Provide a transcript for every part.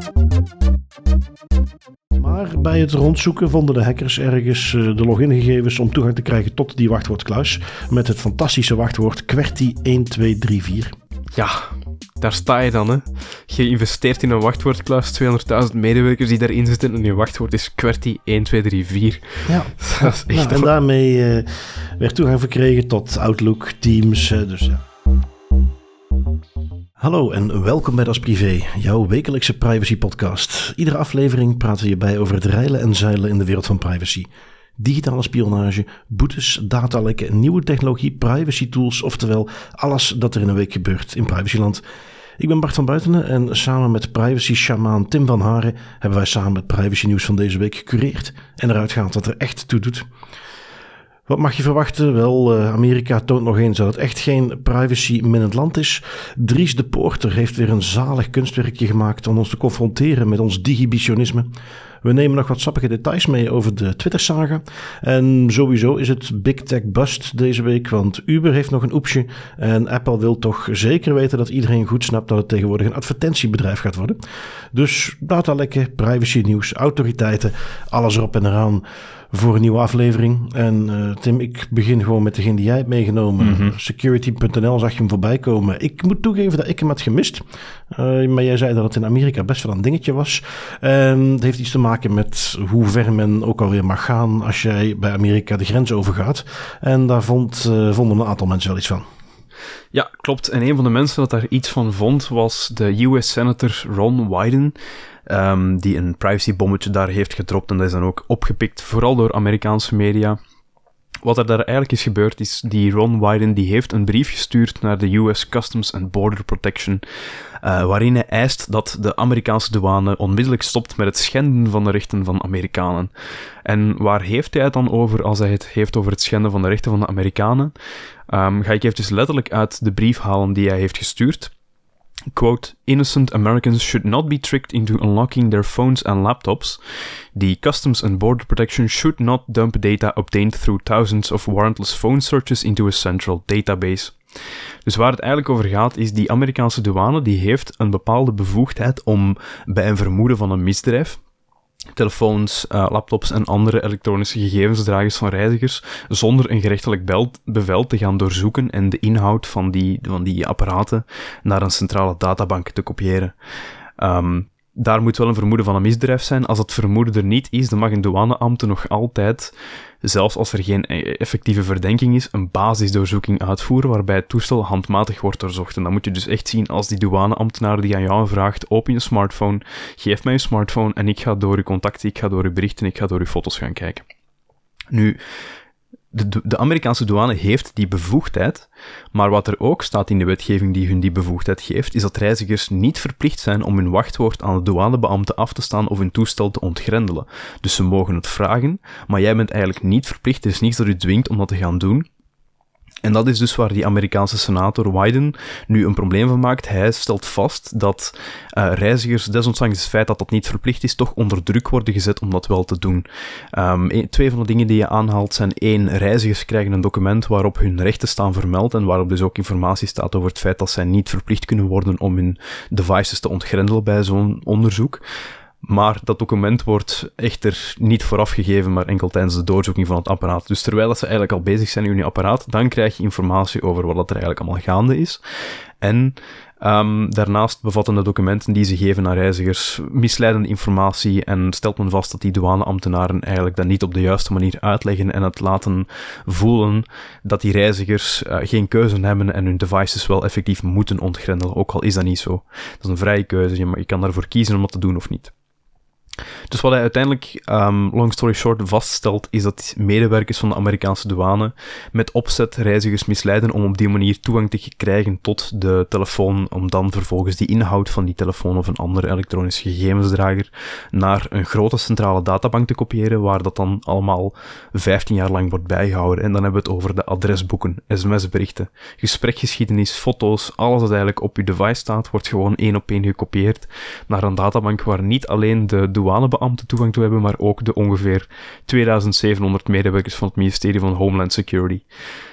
Maar bij het rondzoeken vonden de hackers ergens de logingegevens om toegang te krijgen tot die wachtwoordkluis met het fantastische wachtwoord QWERTY1234. Ja, daar sta je dan, hè. Je investeert in een wachtwoordkluis, 200.000 medewerkers die daarin zitten en je wachtwoord is QWERTY1234. Ja, dat is echt en daarmee werd toegang verkregen tot Outlook, Teams, dus ja. Hallo en welkom bij Das Privé, jouw wekelijkse privacy podcast. Iedere aflevering praten we je bij over het reilen en zeilen in de wereld van privacy. Digitale spionage, boetes, datalekken, nieuwe technologie, privacy tools, oftewel alles dat er in een week gebeurt in privacyland. Ik ben Bart van Buitenen en samen met privacy-sjamaan Tim van Haren hebben wij samen het privacy nieuws van deze week gecureerd en eruit gehaald wat er echt toe doet. Wat mag je verwachten? Wel, Amerika toont nog eens dat het echt geen privacy-minnend land is. Dries de Poorter heeft weer een zalig kunstwerkje gemaakt om ons te confronteren met ons digibitionisme. We nemen nog wat sappige details mee over de Twitter-saga. En sowieso is het Big Tech Bust deze week, want Uber heeft nog een oepsje. En Apple wil toch zeker weten dat iedereen goed snapt dat het tegenwoordig een advertentiebedrijf gaat worden. Dus datalekken, privacy nieuws, autoriteiten, alles erop en eraan voor een nieuwe aflevering. En Tim, ik begin gewoon met degene die jij hebt meegenomen. Security.nl zag je hem voorbij komen. Ik moet toegeven dat ik hem had gemist. Maar jij zei dat het in Amerika best wel een dingetje was. Het heeft iets te maken met hoe ver men ook alweer mag gaan als jij bij Amerika de grens overgaat. En daar vonden een aantal mensen wel iets van. Ja, klopt. En een van de mensen dat daar iets van vond was de US Senator Ron Wyden, die een privacybommetje daar heeft gedropt en dat is dan ook opgepikt, vooral door Amerikaanse media. Wat er daar eigenlijk is gebeurd is, die Ron Wyden die heeft een brief gestuurd naar de US Customs and Border Protection, waarin hij eist dat de Amerikaanse douane onmiddellijk stopt met het schenden van de rechten van Amerikanen. En waar heeft hij het dan over als hij het heeft over het schenden van de rechten van de Amerikanen? Ga ik even letterlijk uit de brief halen die hij heeft gestuurd. Quote, innocent Americans should not be tricked into unlocking their phones and laptops. The Customs and Border Protection should not dump data obtained through thousands of warrantless phone searches into a central database. Dus waar het eigenlijk over gaat is, die Amerikaanse douane die heeft een bepaalde bevoegdheid om bij een vermoeden van een misdrijf telefoons, laptops en andere elektronische gegevensdragers van reizigers zonder een gerechtelijk bevel te gaan doorzoeken en de inhoud van die apparaten naar een centrale databank te kopiëren. Daar moet wel een vermoeden van een misdrijf zijn. Als dat vermoeden er niet is, dan mag een douaneambte nog altijd, zelfs als er geen effectieve verdenking is, een basisdoorzoeking uitvoeren waarbij het toestel handmatig wordt doorzocht. En dan moet je dus echt zien als die douaneambtenaar die aan jou vraagt, open je smartphone, geef mij je smartphone en ik ga door uw contacten, ik ga door uw berichten, ik ga door uw foto's gaan kijken. Nu, de Amerikaanse douane heeft die bevoegdheid, maar wat er ook staat in de wetgeving die hun die bevoegdheid geeft, is dat reizigers niet verplicht zijn om hun wachtwoord aan de douanebeambte af te staan of hun toestel te ontgrendelen. Dus ze mogen het vragen, maar jij bent eigenlijk niet verplicht, er is niets dat u dwingt om dat te gaan doen. En dat is dus waar die Amerikaanse senator Wyden nu een probleem van maakt. Hij stelt vast dat reizigers, desondanks het feit dat dat niet verplicht is, toch onder druk worden gezet om dat wel te doen. Twee van de dingen die je aanhaalt zijn: 1, reizigers krijgen een document waarop hun rechten staan vermeld en waarop dus ook informatie staat over het feit dat zij niet verplicht kunnen worden om hun devices te ontgrendelen bij zo'n onderzoek. Maar dat document wordt echter niet vooraf gegeven, maar enkel tijdens de doorzoeking van het apparaat. Dus terwijl dat ze eigenlijk al bezig zijn in je apparaat, dan krijg je informatie over wat er eigenlijk allemaal gaande is. En daarnaast bevatten de documenten die ze geven aan reizigers misleidende informatie en stelt men vast dat die douaneambtenaren eigenlijk dat niet op de juiste manier uitleggen en het laten voelen dat die reizigers geen keuze hebben en hun devices wel effectief moeten ontgrendelen, ook al is dat niet zo. Dat is een vrije keuze, je kan daarvoor kiezen om dat te doen of niet. Dus wat hij uiteindelijk, long story short, vaststelt, is dat medewerkers van de Amerikaanse douane met opzet reizigers misleiden om op die manier toegang te krijgen tot de telefoon, om dan vervolgens die inhoud van die telefoon of een andere elektronische gegevensdrager naar een grote centrale databank te kopiëren, waar dat dan allemaal 15 jaar lang wordt bijgehouden. En dan hebben we het over de adresboeken, sms-berichten, gesprekgeschiedenis, foto's, alles dat eigenlijk op je device staat, wordt gewoon 1 op 1 gekopieerd naar een databank waar niet alleen de douanebeambten toegang toe hebben, maar ook de ongeveer 2700 medewerkers van het ministerie van Homeland Security.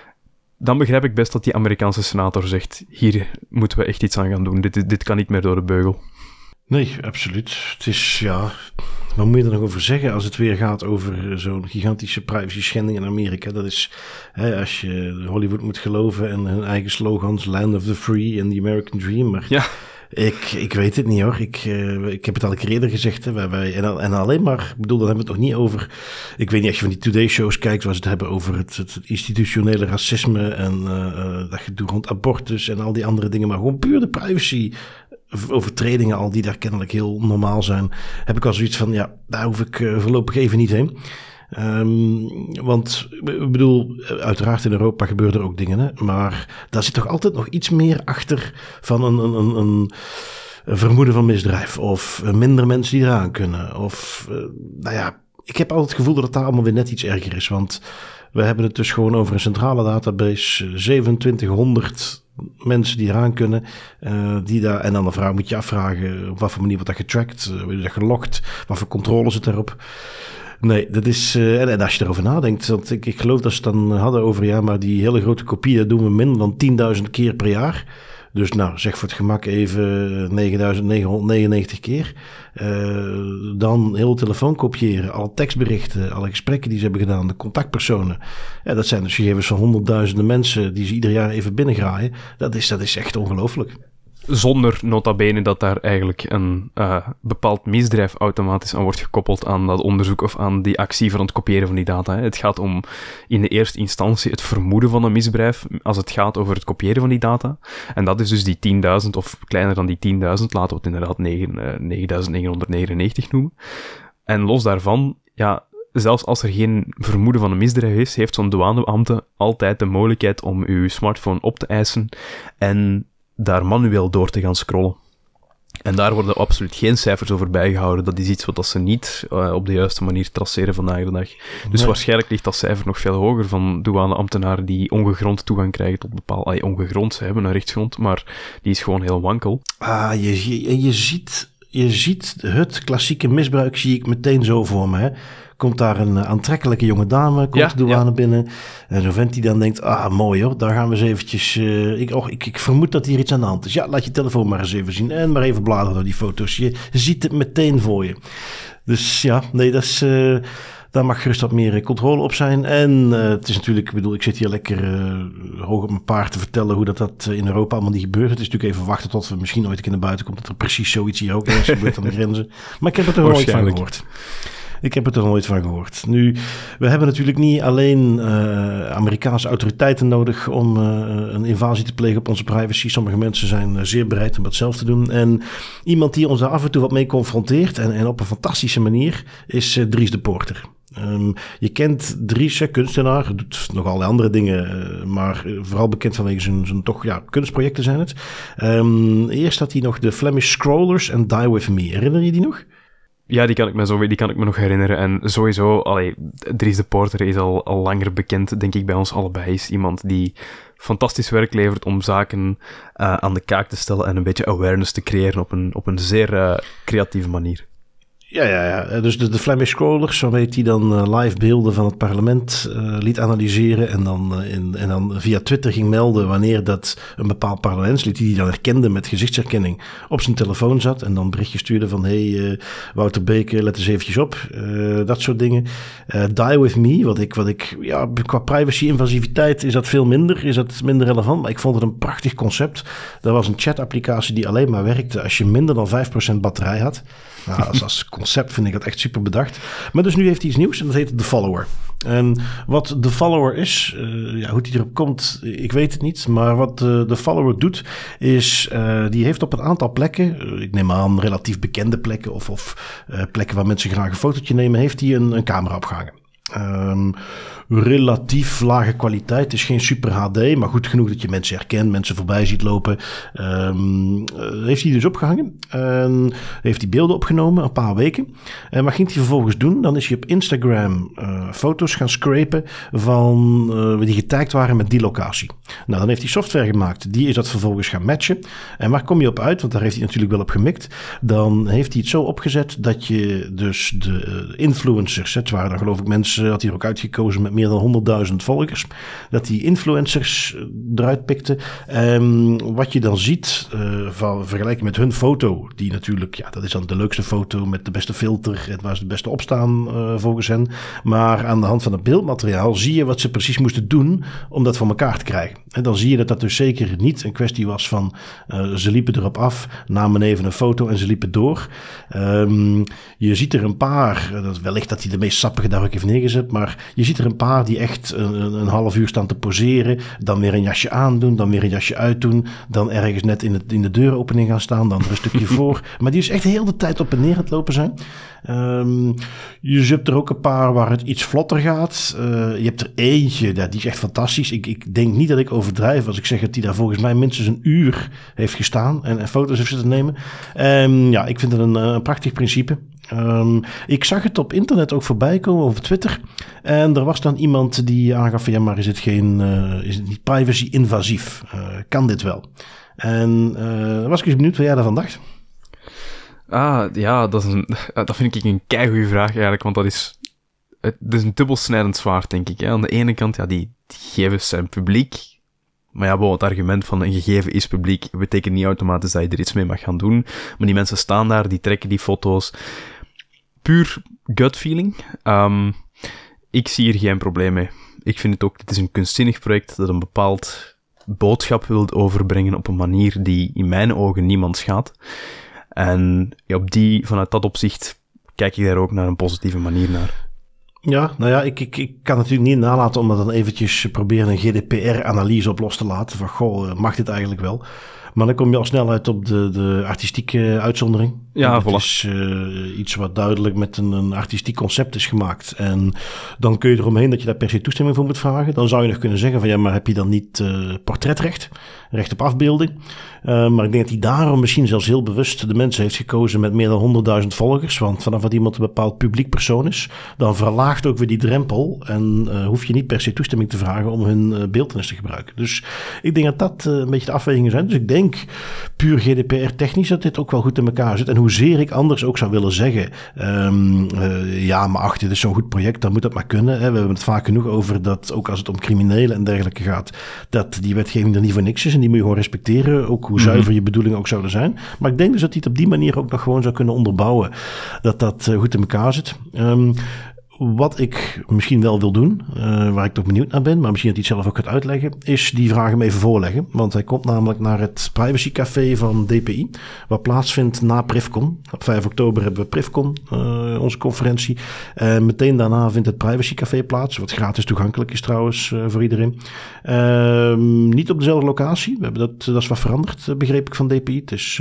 Dan begrijp ik best dat die Amerikaanse senator zegt, hier moeten we echt iets aan gaan doen, dit kan niet meer door de beugel. Nee, absoluut. Het is, wat moet je er nog over zeggen als het weer gaat over zo'n gigantische privacy schending in Amerika? Dat is, als je Hollywood moet geloven en hun eigen slogans, Land of the Free en The American Dream. Maar ja. Ik weet het niet hoor. Ik heb het al een keer eerder gezegd. En alleen maar, ik bedoel, dan hebben we het nog niet over. Ik weet niet, als je van die Today-shows kijkt, waar ze het hebben over het institutionele racisme en dat gedoe rond abortus en al die andere dingen, maar gewoon puur de privacy overtredingen al die daar kennelijk heel normaal zijn, heb ik al zoiets van, daar hoef ik voorlopig even niet heen. Want, ik bedoel, uiteraard in Europa gebeuren er ook dingen, hè? Maar daar zit toch altijd nog iets meer achter van een vermoeden van misdrijf of minder mensen die eraan kunnen. Of, ik heb altijd het gevoel dat het daar allemaal weer net iets erger is, want we hebben het dus gewoon over een centrale database, 2700 mensen die eraan kunnen, en dan de vraag moet je afvragen op wat voor manier wordt dat getrackt, wordt dat gelogd, wat voor controle zit daarop. Nee, dat is, en als je erover nadenkt, want ik geloof dat ze het dan hadden over, maar die hele grote kopie, dat doen we minder dan 10.000 keer per jaar. Dus zeg voor het gemak even 9.999 keer. Dan heel de telefoon kopiëren, alle tekstberichten, alle gesprekken die ze hebben gedaan, de contactpersonen. Ja, dat zijn dus gegevens van honderdduizenden mensen die ze ieder jaar even binnengraaien. Dat is echt ongelooflijk. Zonder nota bene dat daar eigenlijk een bepaald misdrijf automatisch aan wordt gekoppeld aan dat onderzoek of aan die actie van het kopiëren van die data. Hè. Het gaat om in de eerste instantie het vermoeden van een misdrijf als het gaat over het kopiëren van die data. En dat is dus die 10.000 of kleiner dan die 10.000, laten we het inderdaad 9.999 noemen. En los daarvan, zelfs als er geen vermoeden van een misdrijf is, heeft zo'n douanebeambte altijd de mogelijkheid om uw smartphone op te eisen en daar manueel door te gaan scrollen. En daar worden absoluut geen cijfers over bijgehouden. Dat is iets wat ze niet op de juiste manier traceren vandaag de dag. Dus waarschijnlijk ligt dat cijfer nog veel hoger van douaneambtenaren die ongegrond toegang krijgen tot bepaalde... ongegrond, ze hebben een rechtsgrond, maar die is gewoon heel wankel. Je ziet het klassieke misbruik, zie ik meteen zo voor me, hè. Komt daar een aantrekkelijke jonge dame, komt de douane binnen. En zo'n vent die dan denkt, mooi hoor, daar gaan we eens eventjes... Ik vermoed dat hier iets aan de hand is. Ja, laat je telefoon maar eens even zien. En maar even bladeren door die foto's. Je ziet het meteen voor je. Dus dat is... Daar mag gerust wat meer controle op zijn. En het is natuurlijk, ik zit hier lekker hoog op mijn paard te vertellen hoe dat in Europa allemaal niet gebeurt. Het is natuurlijk even wachten tot we misschien ooit een keer naar buiten komen dat er precies zoiets hier ook eens gebeurt aan de grenzen. Maar ik heb het er nooit van gehoord. Ik heb het er nooit van gehoord. Nu, we hebben natuurlijk niet alleen Amerikaanse autoriteiten nodig om een invasie te plegen op onze privacy. Sommige mensen zijn zeer bereid om dat zelf te doen. En iemand die ons daar af en toe wat mee confronteert en op een fantastische manier is Dries Depoorter. Je kent Dries, kunstenaar, doet nog allerlei andere dingen, maar vooral bekend vanwege zijn kunstprojecten zijn het. Eerst had hij nog de Flemish Scrollers en Die With Me. Herinner je die nog? Ja, die kan ik me nog herinneren. En sowieso, Dries Depoorter is al langer bekend, denk ik, bij ons allebei. Is iemand die fantastisch werk levert om zaken aan de kaak te stellen en een beetje awareness te creëren op een zeer creatieve manier. Ja. Dus de Flemish Scrollers, zo weet hij dan live beelden van het parlement liet analyseren en dan via Twitter ging melden wanneer dat een bepaald parlementslid die dan herkende met gezichtsherkenning op zijn telefoon zat en dan berichtje stuurde van Wouter Beke, let eens eventjes op, dat soort dingen. Die With Me, wat ik qua privacy-invasiviteit is dat minder relevant, maar ik vond het een prachtig concept. Dat was een chat-applicatie die alleen maar werkte als je minder dan 5% batterij had. Nou, als concept vind ik dat echt super bedacht. Maar dus nu heeft hij iets nieuws en dat heet The Follower. En wat The Follower is, hoe die erop komt, ik weet het niet. Maar wat The Follower doet, is die heeft op een aantal plekken, ik neem aan relatief bekende plekken of plekken waar mensen graag een fotootje nemen, heeft hij een camera opgehangen. Relatief lage kwaliteit. Het is geen super HD, maar goed genoeg dat je mensen herkent, mensen voorbij ziet lopen. Heeft hij dus opgehangen. Heeft hij beelden opgenomen, een paar weken. En wat ging hij vervolgens doen? Dan is hij op Instagram foto's gaan scrapen van die getagd waren met die locatie. Nou, dan heeft hij software gemaakt. Die is dat vervolgens gaan matchen. En waar kom je op uit? Want daar heeft hij natuurlijk wel op gemikt. Dan heeft hij het zo opgezet dat je dus de influencers, het waren dan geloof ik mensen had hij er ook uitgekozen met meer dan 100.000 volgers. Dat hij influencers eruit pikte. Wat je dan ziet, vergelijking met hun foto, die natuurlijk, dat is dan de leukste foto met de beste filter, het waar ze het beste opstaan volgens hen. Maar aan de hand van het beeldmateriaal zie je wat ze precies moesten doen om dat voor elkaar te krijgen. En dan zie je dat dus zeker niet een kwestie was van ze liepen erop af, namen even een foto en ze liepen door. Je ziet er een paar, wellicht dat hij de meest sappige daar ook heeft neergezet, maar je ziet er een paar die echt een half uur staan te poseren, dan weer een jasje aandoen, dan weer een jasje uitdoen, dan ergens net in de deuropening gaan staan, dan er een stukje voor. Maar die is echt heel de tijd op en neer aan het lopen zijn. Je hebt er ook een paar waar het iets vlotter gaat. Je hebt er eentje, die is echt fantastisch. Ik denk niet dat ik overdrijf als ik zeg dat die daar volgens mij minstens een uur heeft gestaan en foto's heeft zitten nemen. Ik vind het een prachtig principe. Ik zag het op internet ook voorbij komen, op Twitter. En er was dan iemand die aangaf van maar is het niet privacy invasief? Kan dit wel? En was ik eens benieuwd wat jij daarvan dacht. Dat vind ik een keigoeie vraag eigenlijk, want dat is een dubbelsnijdend zwaard, denk ik. Hè. Aan de ene kant, die gegevens zijn publiek, maar het argument van een gegeven is publiek betekent niet automatisch dat je er iets mee mag gaan doen. Maar die mensen staan daar, die trekken die foto's. Puur gut feeling. Ik zie hier geen probleem mee. Ik vind het ook, het is een kunstzinnig project dat een bepaald boodschap wil overbrengen op een manier die in mijn ogen niemand schaadt. En vanuit dat opzicht kijk ik daar ook naar een positieve manier naar. Ja, ik kan natuurlijk niet nalaten om dat dan eventjes proberen een GDPR-analyse op los te laten. Van, mag dit eigenlijk wel? Maar dan kom je al snel uit op de artistieke uitzondering. Ja, het is iets wat duidelijk met een artistiek concept is gemaakt. En dan kun je eromheen dat je daar per se toestemming voor moet vragen. Dan zou je nog kunnen zeggen van maar heb je dan niet portretrecht? Recht op afbeelding? Maar ik denk dat hij daarom misschien zelfs heel bewust de mensen heeft gekozen met meer dan 100.000 volgers. Want vanaf dat iemand een bepaald publiek persoon is, dan verlaagt ook weer die drempel. En hoef je niet per se toestemming te vragen om hun beeltenis te gebruiken. Dus ik denk dat een beetje de afwegingen zijn. Dus ik denk puur GDPR technisch dat dit ook wel goed in elkaar zit. En hoezeer ik anders ook zou willen zeggen, maar dit is zo'n goed project, dan moet dat maar kunnen. Hè. We hebben het vaak genoeg over dat ook als het om criminelen en dergelijke gaat, dat die wetgeving er niet voor niks is en die moet je gewoon respecteren, ook hoe zuiver je bedoelingen ook zouden zijn. Maar ik denk dus dat hij het op die manier ook nog gewoon zou kunnen onderbouwen, dat goed in elkaar zit. Wat ik misschien wel wil doen, waar ik toch benieuwd naar ben, maar misschien dat hij het zelf ook gaat uitleggen, is die vraag hem even voorleggen. Want hij komt namelijk naar het Privacy Café van DPI, wat plaatsvindt na Privcon. Op 5 oktober hebben we Privcon, onze conferentie. Meteen daarna vindt het Privacy Café plaats, wat gratis toegankelijk is trouwens voor iedereen. Niet op dezelfde locatie, we hebben dat is wat veranderd, begreep ik van DPI. Het is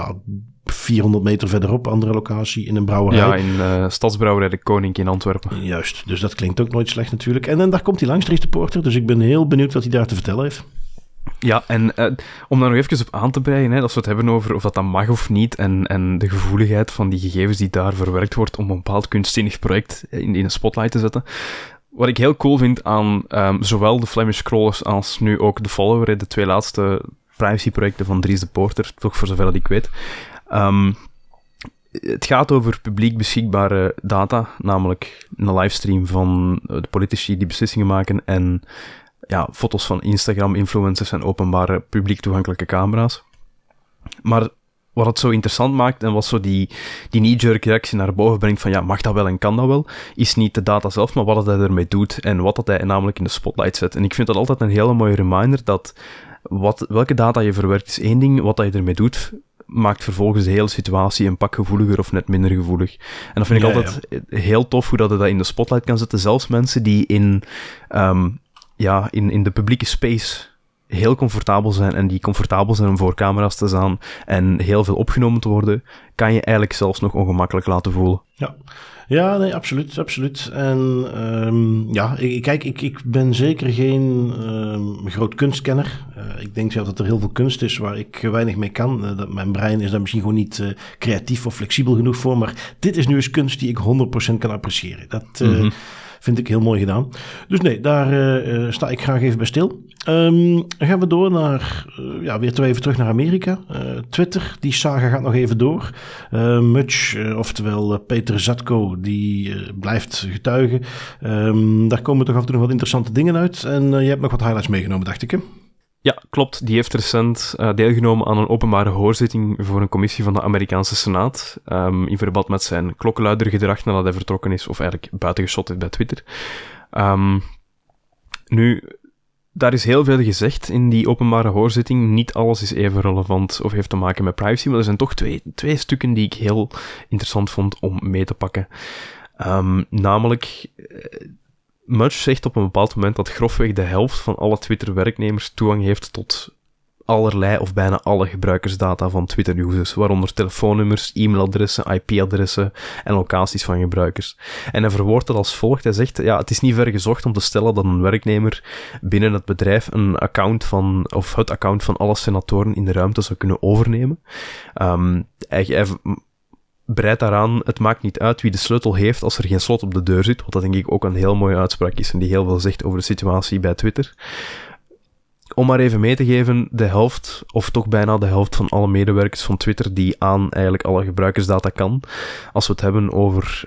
400 meter verderop, andere locatie, in een brouwerij. Ja, in Stadsbrouwerij de Koning in Antwerpen. Juist, dus dat klinkt ook nooit slecht natuurlijk. En daar komt hij langs, Dries de Poorter, dus ik ben heel benieuwd wat hij daar te vertellen heeft. Ja, en om daar nog even op aan te breien, als we het hebben over of dat mag of niet, en de gevoeligheid van die gegevens die daar verwerkt wordt om een bepaald kunstzinnig project in een spotlight te zetten. Wat ik heel cool vind aan zowel de Flemish Crawlers als nu ook de Follower, de twee laatste privacyprojecten van Dries de Poorter, toch voor zover dat ik weet. Het gaat over publiek beschikbare data, namelijk een livestream van de politici die beslissingen maken en foto's van Instagram-influencers en openbare publiek toegankelijke camera's. Maar wat het zo interessant maakt en wat zo die knee-jerk reactie naar boven brengt van mag dat wel en kan dat wel, is niet de data zelf, maar wat hij ermee doet en wat dat hij namelijk in de spotlight zet. En ik vind dat altijd een hele mooie reminder dat welke data je verwerkt is één ding, wat je ermee doet maakt vervolgens de hele situatie een pak gevoeliger of net minder gevoelig. En dat vind ik altijd heel tof hoe dat je dat in de spotlight kan zetten. Zelfs mensen die in de publieke space heel comfortabel zijn en die comfortabel zijn om voor camera's te staan en heel veel opgenomen te worden, kan je eigenlijk zelfs nog ongemakkelijk laten voelen. Ja, nee, absoluut. En ik ben zeker geen groot kunstkenner. Ik denk zelf dat er heel veel kunst is waar ik weinig mee kan. Dat mijn brein is daar misschien gewoon niet creatief of flexibel genoeg voor. Maar dit is nu eens kunst die ik 100% kan appreciëren. Vind ik heel mooi gedaan. Dus nee, daar sta ik graag even bij stil. Gaan we door naar, weer even terug naar Amerika. Twitter, die saga gaat nog even door. Mudge, oftewel Peter Zatko, die blijft getuigen. Daar komen toch af en toe nog wat interessante dingen uit. En je hebt nog wat highlights meegenomen, dacht ik, hè? Ja, klopt. Die heeft recent deelgenomen aan een openbare hoorzitting voor een commissie van de Amerikaanse Senaat, in verband met zijn klokkenluidergedrag nadat hij vertrokken is, of eigenlijk buitengeschot is bij Twitter. Nu, daar is heel veel gezegd in die openbare hoorzitting. Niet alles is even relevant of heeft te maken met privacy, maar er zijn toch twee stukken die ik heel interessant vond om mee te pakken. Namelijk, Mudge zegt op een bepaald moment dat grofweg de helft van alle Twitter-werknemers toegang heeft tot allerlei of bijna alle gebruikersdata van Twitter-users, waaronder telefoonnummers, e-mailadressen, IP-adressen en locaties van gebruikers. En hij verwoordt dat als volgt. Hij zegt, het is niet ver gezocht om te stellen dat een werknemer binnen het bedrijf het account van alle senatoren in de ruimte zou kunnen overnemen. Hij breidt daaraan, het maakt niet uit wie de sleutel heeft als er geen slot op de deur zit, wat dat denk ik ook een heel mooie uitspraak is en die heel veel zegt over de situatie bij Twitter. Om maar even mee te geven, de helft, of toch bijna de helft van alle medewerkers van Twitter die aan eigenlijk alle gebruikersdata kan, als we het hebben over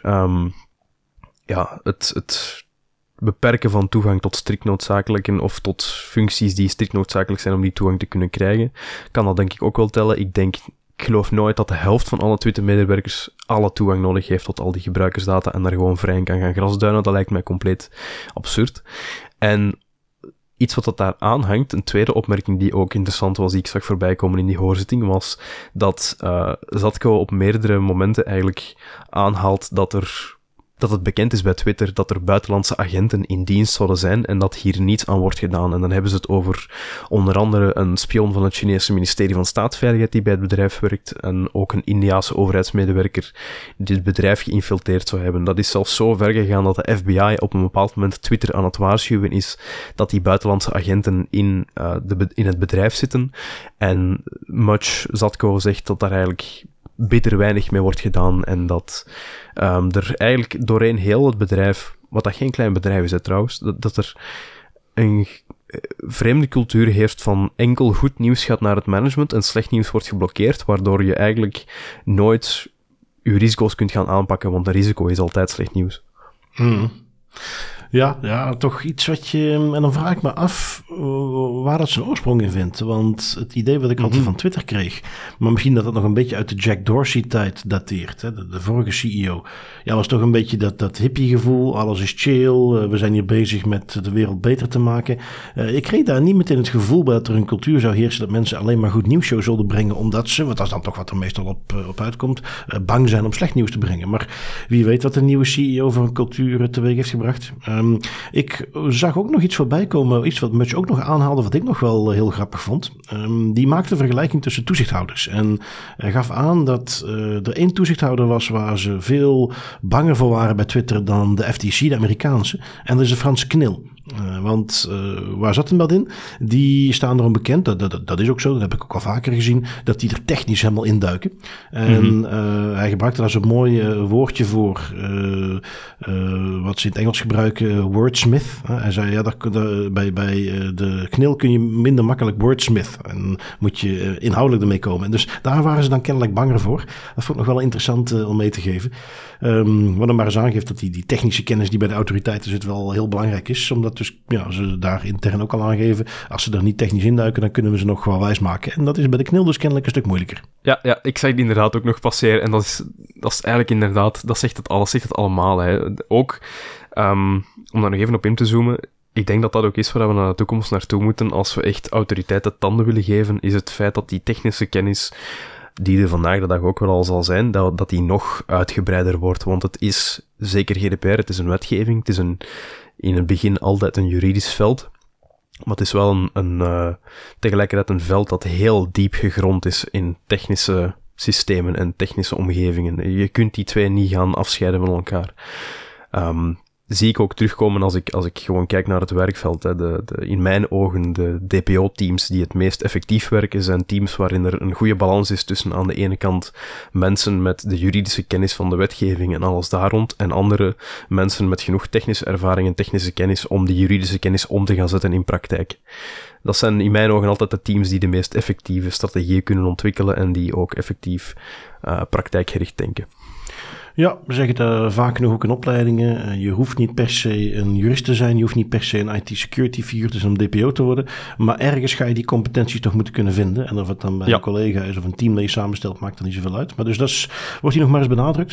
het beperken van toegang tot strikt noodzakelijke of tot functies die strikt noodzakelijk zijn om die toegang te kunnen krijgen, kan dat denk ik ook wel tellen. Ik geloof nooit dat de helft van alle Twitter-medewerkers alle toegang nodig heeft tot al die gebruikersdata en daar gewoon vrij in kan gaan grasduinen. Dat lijkt mij compleet absurd. En iets wat dat daar aanhangt, een tweede opmerking die ook interessant was, die ik zag voorbij komen in die hoorzitting, was dat Zatko op meerdere momenten eigenlijk aanhaalt dat het bekend is bij Twitter dat er buitenlandse agenten in dienst zouden zijn en dat hier niets aan wordt gedaan. En dan hebben ze het over onder andere een spion van het Chinese ministerie van Staatsveiligheid die bij het bedrijf werkt en ook een Indiase overheidsmedewerker die het bedrijf geïnfiltreerd zou hebben. Dat is zelfs zo ver gegaan dat de FBI op een bepaald moment Twitter aan het waarschuwen is dat die buitenlandse agenten in het bedrijf zitten. En Mudge Zatko zegt dat daar eigenlijk bitter weinig mee wordt gedaan en dat er eigenlijk doorheen heel het bedrijf, wat dat geen klein bedrijf is trouwens, dat er een vreemde cultuur heeft van enkel goed nieuws gaat naar het management en slecht nieuws wordt geblokkeerd, waardoor je eigenlijk nooit je risico's kunt gaan aanpakken, want een risico is altijd slecht nieuws. Ja, toch iets wat je... En dan vraag ik me af waar dat zijn oorsprong in vindt. Want het idee wat ik altijd van Twitter kreeg, maar misschien dat nog een beetje uit de Jack Dorsey-tijd dateert, hè, de vorige CEO. Ja, was toch een beetje dat hippie-gevoel, alles is chill, we zijn hier bezig met de wereld beter te maken. Ik kreeg daar niet meteen het gevoel bij dat er een cultuur zou heersen dat mensen alleen maar goed nieuwsshow zullen brengen, omdat ze, want dat is dan toch wat er meestal op uitkomt, bang zijn om slecht nieuws te brengen. Maar wie weet wat de nieuwe CEO voor een cultuur teweeg heeft gebracht. Ik zag ook nog iets voorbij komen, iets wat Mudge ook nog aanhaalde, wat ik nog wel heel grappig vond. Die maakte een vergelijking tussen toezichthouders. En hij gaf aan dat er één toezichthouder was waar ze veel banger voor waren bij Twitter dan de FTC, de Amerikaanse. En dat is de Franse Knil. Want waar zat hem dat in? Die staan erom bekend, dat is ook zo, dat heb ik ook al vaker gezien, dat die er technisch helemaal induiken. En hij gebruikte daar zo'n mooi woordje voor, wat ze in het Engels gebruiken, wordsmith. Hij zei, bij de Knil kun je minder makkelijk wordsmith en moet je inhoudelijk ermee komen. En dus daar waren ze dan kennelijk banger voor. Dat vond ik nog wel interessant om mee te geven. Wat dan maar eens aangeeft dat die technische kennis die bij de autoriteiten zit wel heel belangrijk is, omdat dus ze daar intern ook al aangeven, als ze er niet technisch induiken, dan kunnen we ze nog wel wijs maken. En dat is bij de Knil dus kennelijk een stuk moeilijker. Ja, ik zag het inderdaad ook nog passeren en dat is eigenlijk inderdaad, dat zegt het allemaal. Hè. Ook, om daar nog even op in te zoomen, ik denk dat dat ook is waar we naar de toekomst naartoe moeten als we echt autoriteiten tanden willen geven, is het feit dat die technische kennis die er vandaag de dag ook wel al zal zijn, dat die nog uitgebreider wordt. Want het is zeker GDPR, het is een wetgeving, het is in het begin altijd een juridisch veld, maar het is wel tegelijkertijd een veld dat heel diep gegrond is in technische systemen en technische omgevingen. Je kunt die twee niet gaan afscheiden van elkaar. zie ik ook terugkomen als ik gewoon kijk naar het werkveld. Hè. In mijn ogen, de DPO-teams die het meest effectief werken, zijn teams waarin er een goede balans is tussen aan de ene kant mensen met de juridische kennis van de wetgeving en alles daar rond, en andere mensen met genoeg technische ervaring en technische kennis om die juridische kennis om te gaan zetten in praktijk. Dat zijn in mijn ogen altijd de teams die de meest effectieve strategieën kunnen ontwikkelen en die ook effectief praktijkgericht denken. Ja, we zeggen dat vaak nog ook in opleidingen. Je hoeft niet per se een jurist te zijn, je hoeft niet per se een IT-security figuur te zijn om DPO te worden, maar ergens ga je die competenties toch moeten kunnen vinden. En of het dan bij een collega is of een team dat je samenstelt, maakt er niet zoveel uit. Maar dus dat wordt hier nog maar eens benadrukt.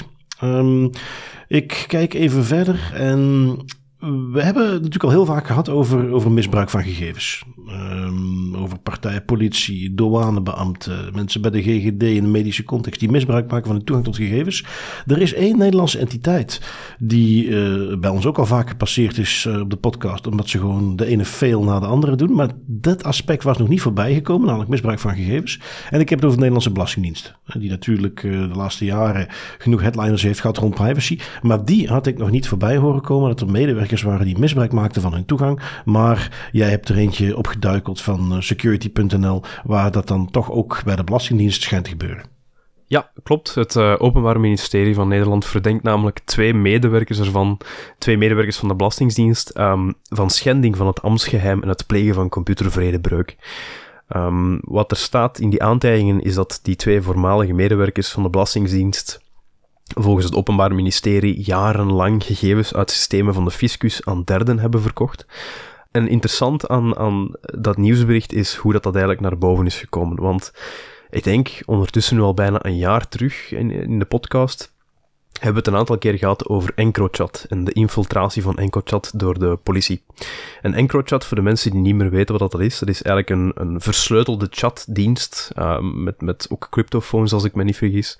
Ik kijk even verder en we hebben het natuurlijk al heel vaak gehad over misbruik van gegevens. Over partijen, politie, douanebeambten, mensen bij de GGD in de medische context die misbruik maken van de toegang tot gegevens. Er is één Nederlandse entiteit die bij ons ook al vaak gepasseerd is op de podcast, omdat ze gewoon de ene fail na de andere doen. Maar dat aspect was nog niet voorbij gekomen, namelijk misbruik van gegevens. En ik heb het over de Nederlandse Belastingdienst, die natuurlijk de laatste jaren genoeg headliners heeft gehad rond privacy. Maar die had ik nog niet voorbij horen komen, dat er medewerkers waren die misbruik maakten van hun toegang. Maar jij hebt er eentje opgeduikeld van security.nl, waar dat dan toch ook bij de Belastingdienst schijnt te gebeuren. Ja, klopt. Het Openbaar Ministerie van Nederland verdenkt namelijk twee medewerkers van de Belastingdienst van schending van het ambtsgeheim en het plegen van computervredebreuk. Wat er staat in die aantijgingen is dat die twee voormalige medewerkers van de Belastingdienst volgens het Openbaar Ministerie jarenlang gegevens uit systemen van de fiscus aan derden hebben verkocht. En interessant aan dat nieuwsbericht is hoe dat eigenlijk naar boven is gekomen. Want ik denk ondertussen nu al bijna een jaar terug in de podcast hebben we het een aantal keer gehad over EncroChat en de infiltratie van EncroChat door de politie. En EncroChat, voor de mensen die niet meer weten wat dat is eigenlijk een versleutelde chatdienst met ook cryptofoons, als ik me niet vergis.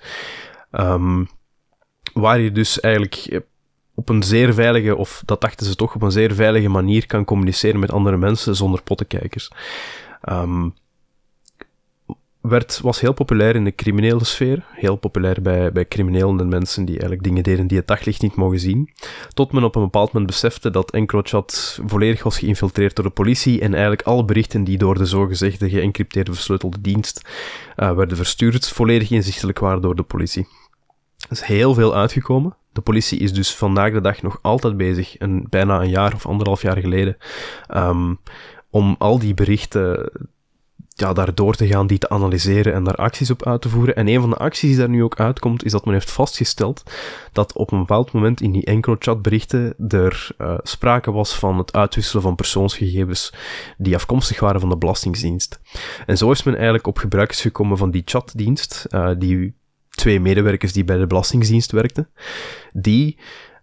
Waar je dus eigenlijk op een zeer veilige, of dat dachten ze toch, op een zeer veilige manier kan communiceren met andere mensen zonder pottenkijkers. Was heel populair in de criminele sfeer, heel populair bij criminelen en mensen die eigenlijk dingen deden die het daglicht niet mogen zien, tot men op een bepaald moment besefte dat EncroChat volledig was geïnfiltreerd door de politie en eigenlijk alle berichten die door de zogezegde geëncrypteerde versleutelde dienst werden verstuurd, volledig inzichtelijk waren door de politie. Er is heel veel uitgekomen. De politie is dus vandaag de dag nog altijd bezig, bijna een jaar of 1,5 jaar geleden, om al die berichten daar door te gaan, die te analyseren en daar acties op uit te voeren. En een van de acties die daar nu ook uitkomt, is dat men heeft vastgesteld dat op een bepaald moment in die EncroChat-berichten er sprake was van het uitwisselen van persoonsgegevens die afkomstig waren van de Belastingdienst. En zo is men eigenlijk op gebruikers gekomen van die chatdienst, die twee medewerkers die bij de Belastingdienst werkten, die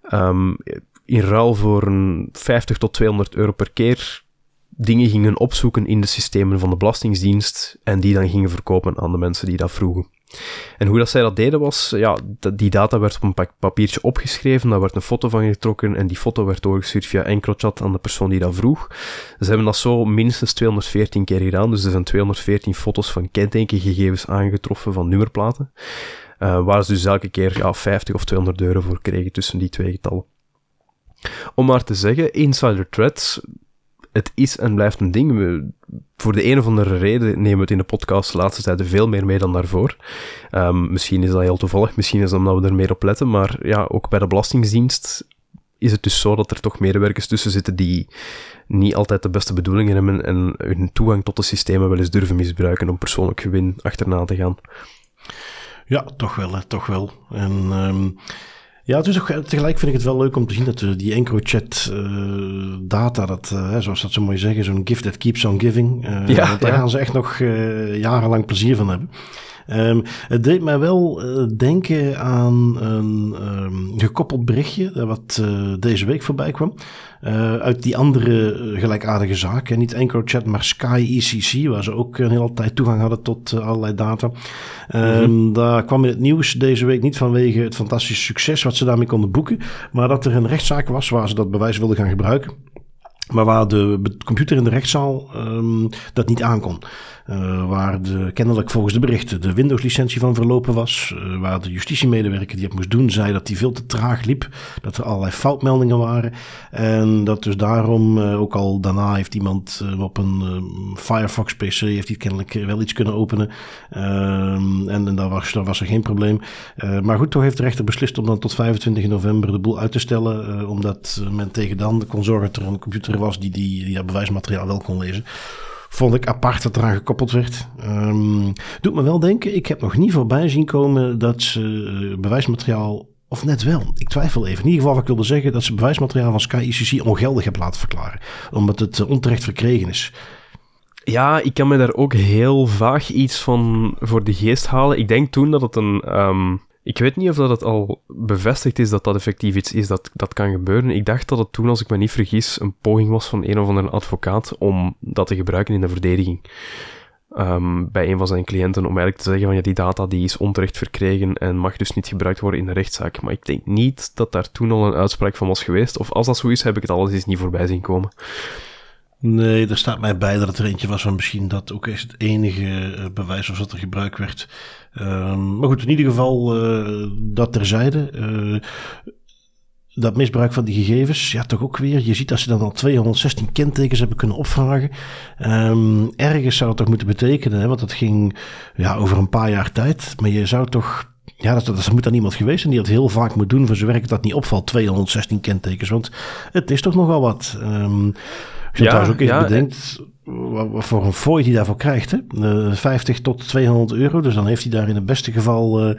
in ruil voor een 50 tot 200 euro per keer dingen gingen opzoeken in de systemen van de Belastingdienst en die dan gingen verkopen aan de mensen die dat vroegen. En hoe dat zij dat deden was, die data werd op een papiertje opgeschreven, daar werd een foto van getrokken en die foto werd doorgestuurd via EncroChat aan de persoon die dat vroeg. Ze hebben dat zo minstens 214 keer gedaan, dus er zijn 214 foto's van kentekengegevens aangetroffen van nummerplaten, waar ze dus elke keer 50 of 200 euro voor kregen tussen die twee getallen. Om maar te zeggen, insider threats, het is en blijft een ding. Voor de een of andere reden nemen we het in de podcast de laatste tijd veel meer mee dan daarvoor. Misschien is dat heel toevallig, misschien is dat omdat we er meer op letten, maar ja, ook bij de Belastingdienst is het dus zo dat er toch medewerkers tussen zitten die niet altijd de beste bedoelingen hebben en hun toegang tot de systemen wel eens durven misbruiken om persoonlijk gewin achterna te gaan. Ja, toch wel. En ja, het is ook, tegelijk vind ik het wel leuk om te zien dat die EncroChat data, dat, zoals dat zo mooi zeggen, zo'n gift that keeps on giving. Want daar gaan ze echt nog jarenlang plezier van hebben. Het deed mij wel denken aan een gekoppeld berichtje wat deze week voorbij kwam. Uit die andere gelijkaardige zaak. Niet EncroChat, maar Sky ECC, waar ze ook een hele tijd toegang hadden tot allerlei data. Daar kwam in het nieuws deze week niet vanwege het fantastische succes wat ze daarmee konden boeken, maar dat er een rechtszaak was waar ze dat bewijs wilden gaan gebruiken. Maar waar de computer in de rechtszaal dat niet aankon. Waar kennelijk volgens de berichten de Windows-licentie van verlopen was. Waar de justitiemedewerker die het moest doen zei dat die veel te traag liep. Dat er allerlei foutmeldingen waren. En dat dus daarom, ook al daarna heeft iemand op een Firefox PC heeft hij kennelijk wel iets kunnen openen. En daar was er geen probleem. Maar goed, toch heeft de rechter beslist om dan tot 25 november de boel uit te stellen. Omdat men tegen dan kon zorgen dat er een computer was die dat bewijsmateriaal wel kon lezen. Vond ik apart dat eraan gekoppeld werd. Doet me wel denken, ik heb nog niet voorbij zien komen dat ze bewijsmateriaal, of net wel, ik twijfel even. In ieder geval wat ik wilde zeggen, dat ze bewijsmateriaal van Sky ICC ongeldig hebben laten verklaren. Omdat het onterecht verkregen is. Ja, ik kan me daar ook heel vaag iets van voor de geest halen. Ik denk toen dat het ik weet niet of dat het al bevestigd is dat dat effectief iets is dat kan gebeuren. Ik dacht dat het toen, als ik me niet vergis, een poging was van een of andere advocaat om dat te gebruiken in de verdediging. Bij een van zijn cliënten, om eigenlijk te zeggen van ja, die data die is onterecht verkregen en mag dus niet gebruikt worden in de rechtszaak. Maar ik denk niet dat daar toen al een uitspraak van was geweest. Of als dat zo is, heb ik het alles eens niet voorbij zien komen. Nee, er staat mij bij dat het er eentje was van misschien dat ook eens het enige bewijs was dat er gebruikt werd. Maar goed, in ieder geval dat terzijde. Dat misbruik van die gegevens, ja toch ook weer. Je ziet dat ze dan al 216 kentekens hebben kunnen opvragen. Ergens zou het toch moeten betekenen, hè, want dat ging over een paar jaar tijd. Maar je zou toch... Ja, dat moet dan iemand geweest zijn die dat heel vaak moet doen voor zijn werk. Dat dat niet opvalt, 216 kentekens. Want het is toch nogal wat. Als je trouwens ook even bedenkt wat voor een fooi die daarvoor krijgt. Hè? 50 tot 200 euro. Dus dan heeft hij daar in het beste geval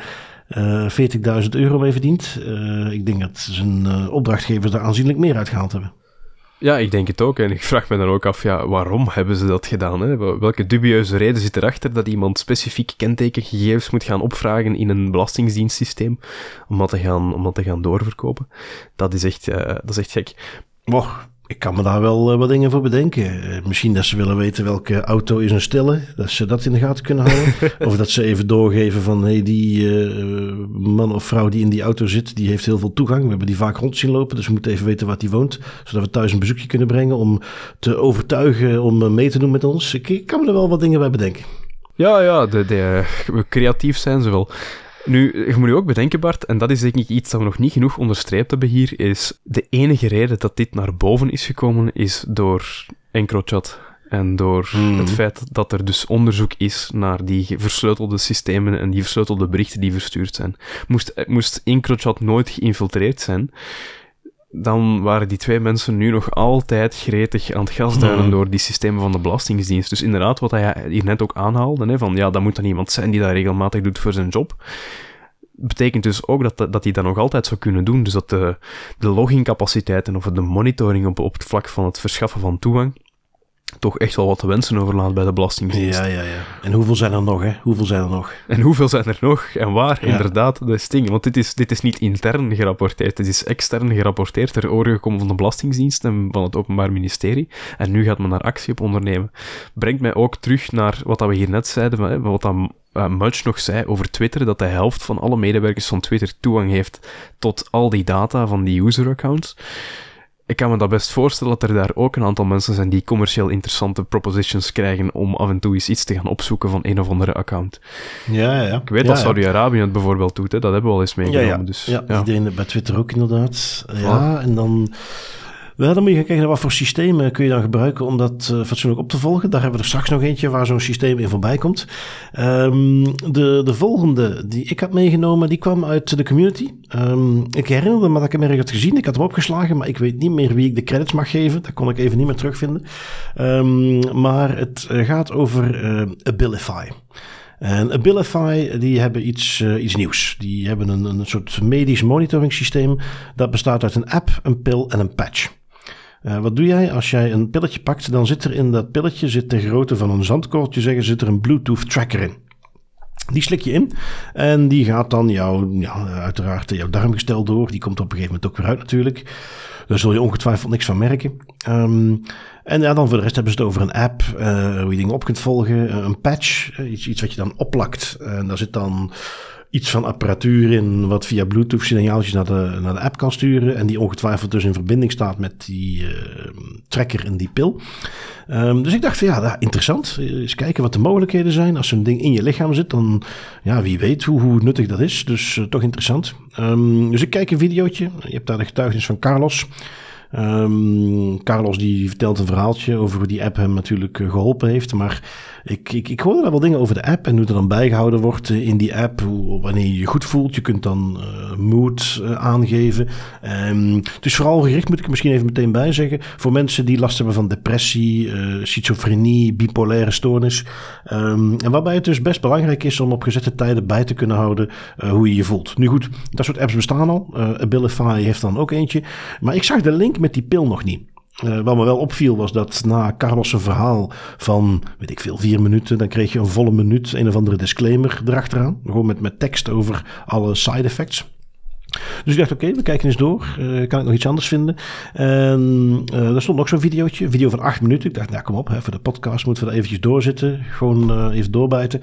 40.000 euro mee verdiend. Ik denk dat zijn opdrachtgevers daar aanzienlijk meer uitgehaald hebben. Ja, ik denk het ook. En ik vraag me dan ook af, waarom hebben ze dat gedaan? Hè? Welke dubieuze reden zit erachter dat iemand specifiek kentekengegevens moet gaan opvragen in een belastingdienstsysteem om dat te gaan doorverkopen? Dat is echt gek. Ik kan me daar wel wat dingen voor bedenken. Misschien dat ze willen weten welke auto is een stille. Dat ze dat in de gaten kunnen houden. Of dat ze even doorgeven van... Hey, die man of vrouw die in die auto zit... die heeft heel veel toegang. We hebben die vaak rond zien lopen. Dus we moeten even weten waar die woont. Zodat we thuis een bezoekje kunnen brengen... om te overtuigen om mee te doen met ons. Ik kan me er wel wat dingen bij bedenken. Ja, creatief zijn ze wel. Nu, je moet je ook bedenken, Bart, en dat is denk ik iets dat we nog niet genoeg onderstreept hebben hier, is de enige reden dat dit naar boven is gekomen, is door EncroChat. En door het feit dat er dus onderzoek is naar die versleutelde systemen en die versleutelde berichten die verstuurd zijn. Moest EncroChat nooit geïnfiltreerd zijn, dan waren die twee mensen nu nog altijd gretig aan het gasduinen door die systemen van de Belastingdienst. Dus inderdaad, wat hij hier net ook aanhaalde, hè, van ja, dat moet dan iemand zijn die dat regelmatig doet voor zijn job. Betekent dus ook dat hij dat nog altijd zou kunnen doen. Dus dat de logincapaciteiten of de monitoring op het vlak van het verschaffen van toegang toch echt wel wat te wensen overlaat bij de Belastingdienst. Ja. En hoeveel zijn er nog, hè? En hoeveel zijn er nog? En waar? Ja. Inderdaad, dat is ding. Want dit is niet intern gerapporteerd. Het is extern gerapporteerd, ter oren gekomen van de Belastingdienst en van het Openbaar Ministerie. En nu gaat men daar actie op ondernemen. Brengt mij ook terug naar wat we hier net zeiden, wat dan Mudge nog zei over Twitter, dat de helft van alle medewerkers van Twitter toegang heeft tot al die data van die user-accounts. Ik kan me dat best voorstellen dat er daar ook een aantal mensen zijn die commercieel interessante propositions krijgen om af en toe eens iets te gaan opzoeken van een of andere account. Ja. Ik weet dat Saudi-Arabië het bijvoorbeeld doet, hè. Dat hebben we al eens meegenomen. Ja, die deden bij Twitter ook inderdaad. Ja, en dan... Ja, dan moet je gaan kijken naar wat voor systemen kun je dan gebruiken om dat fatsoenlijk op te volgen. Daar hebben we er straks nog eentje waar zo'n systeem in voorbij komt. De volgende die ik had meegenomen, die kwam uit de community. Ik herinnerde me dat ik hem ergens had gezien. Ik had hem opgeslagen, maar ik weet niet meer wie ik de credits mag geven. Dat kon ik even niet meer terugvinden. Maar het gaat over Abilify. En Abilify, die hebben iets nieuws. Die hebben een soort medisch monitoring systeem. Dat bestaat uit een app, een pil en een patch. Wat doe jij? Als jij een pilletje pakt, dan zit er in dat pilletje, de grootte van een zandkorreltje zeggen, zit er een Bluetooth tracker in. Die slik je in en die gaat dan uiteraard jouw darmgestel door. Die komt op een gegeven moment ook weer uit natuurlijk. Daar zul je ongetwijfeld niks van merken. En ja, dan voor de rest hebben ze het over een app, hoe je dingen op kunt volgen. Een patch, iets wat je dan opplakt. En daar zit dan iets van apparatuur in wat via Bluetooth signaaltjes naar de app kan sturen. En die ongetwijfeld dus in verbinding staat met die tracker in die pil. Dus ik dacht van interessant. Eens kijken wat de mogelijkheden zijn. Als zo'n ding in je lichaam zit, dan wie weet hoe nuttig dat is. Dus toch interessant. Dus ik kijk een videootje. Je hebt daar de getuigenis van Carlos. Carlos die vertelt een verhaaltje over hoe die app hem natuurlijk geholpen heeft. Maar ik hoorde daar wel dingen over de app en hoe er dan bijgehouden wordt in die app. Wanneer je je goed voelt. Je kunt dan mood aangeven. Dus vooral gericht, moet ik er misschien even meteen bij zeggen, voor mensen die last hebben van depressie, schizofrenie, bipolaire stoornis. En waarbij het dus best belangrijk is om op gezette tijden bij te kunnen houden hoe je je voelt. Nu goed, dat soort apps bestaan al. Abilify heeft dan ook eentje. Maar ik zag de link met die pil nog niet. Wat me wel opviel was dat na Carlos' verhaal van, 4 minuten, dan kreeg je een volle minuut een of andere disclaimer erachteraan. Gewoon met tekst over alle side effects. Dus ik dacht, oké, we kijken eens door. Kan ik nog iets anders vinden? Er stond nog zo'n videootje. Een video van 8 minuten. Ik dacht, kom op, voor de podcast moeten we er eventjes doorzitten. Gewoon even doorbijten.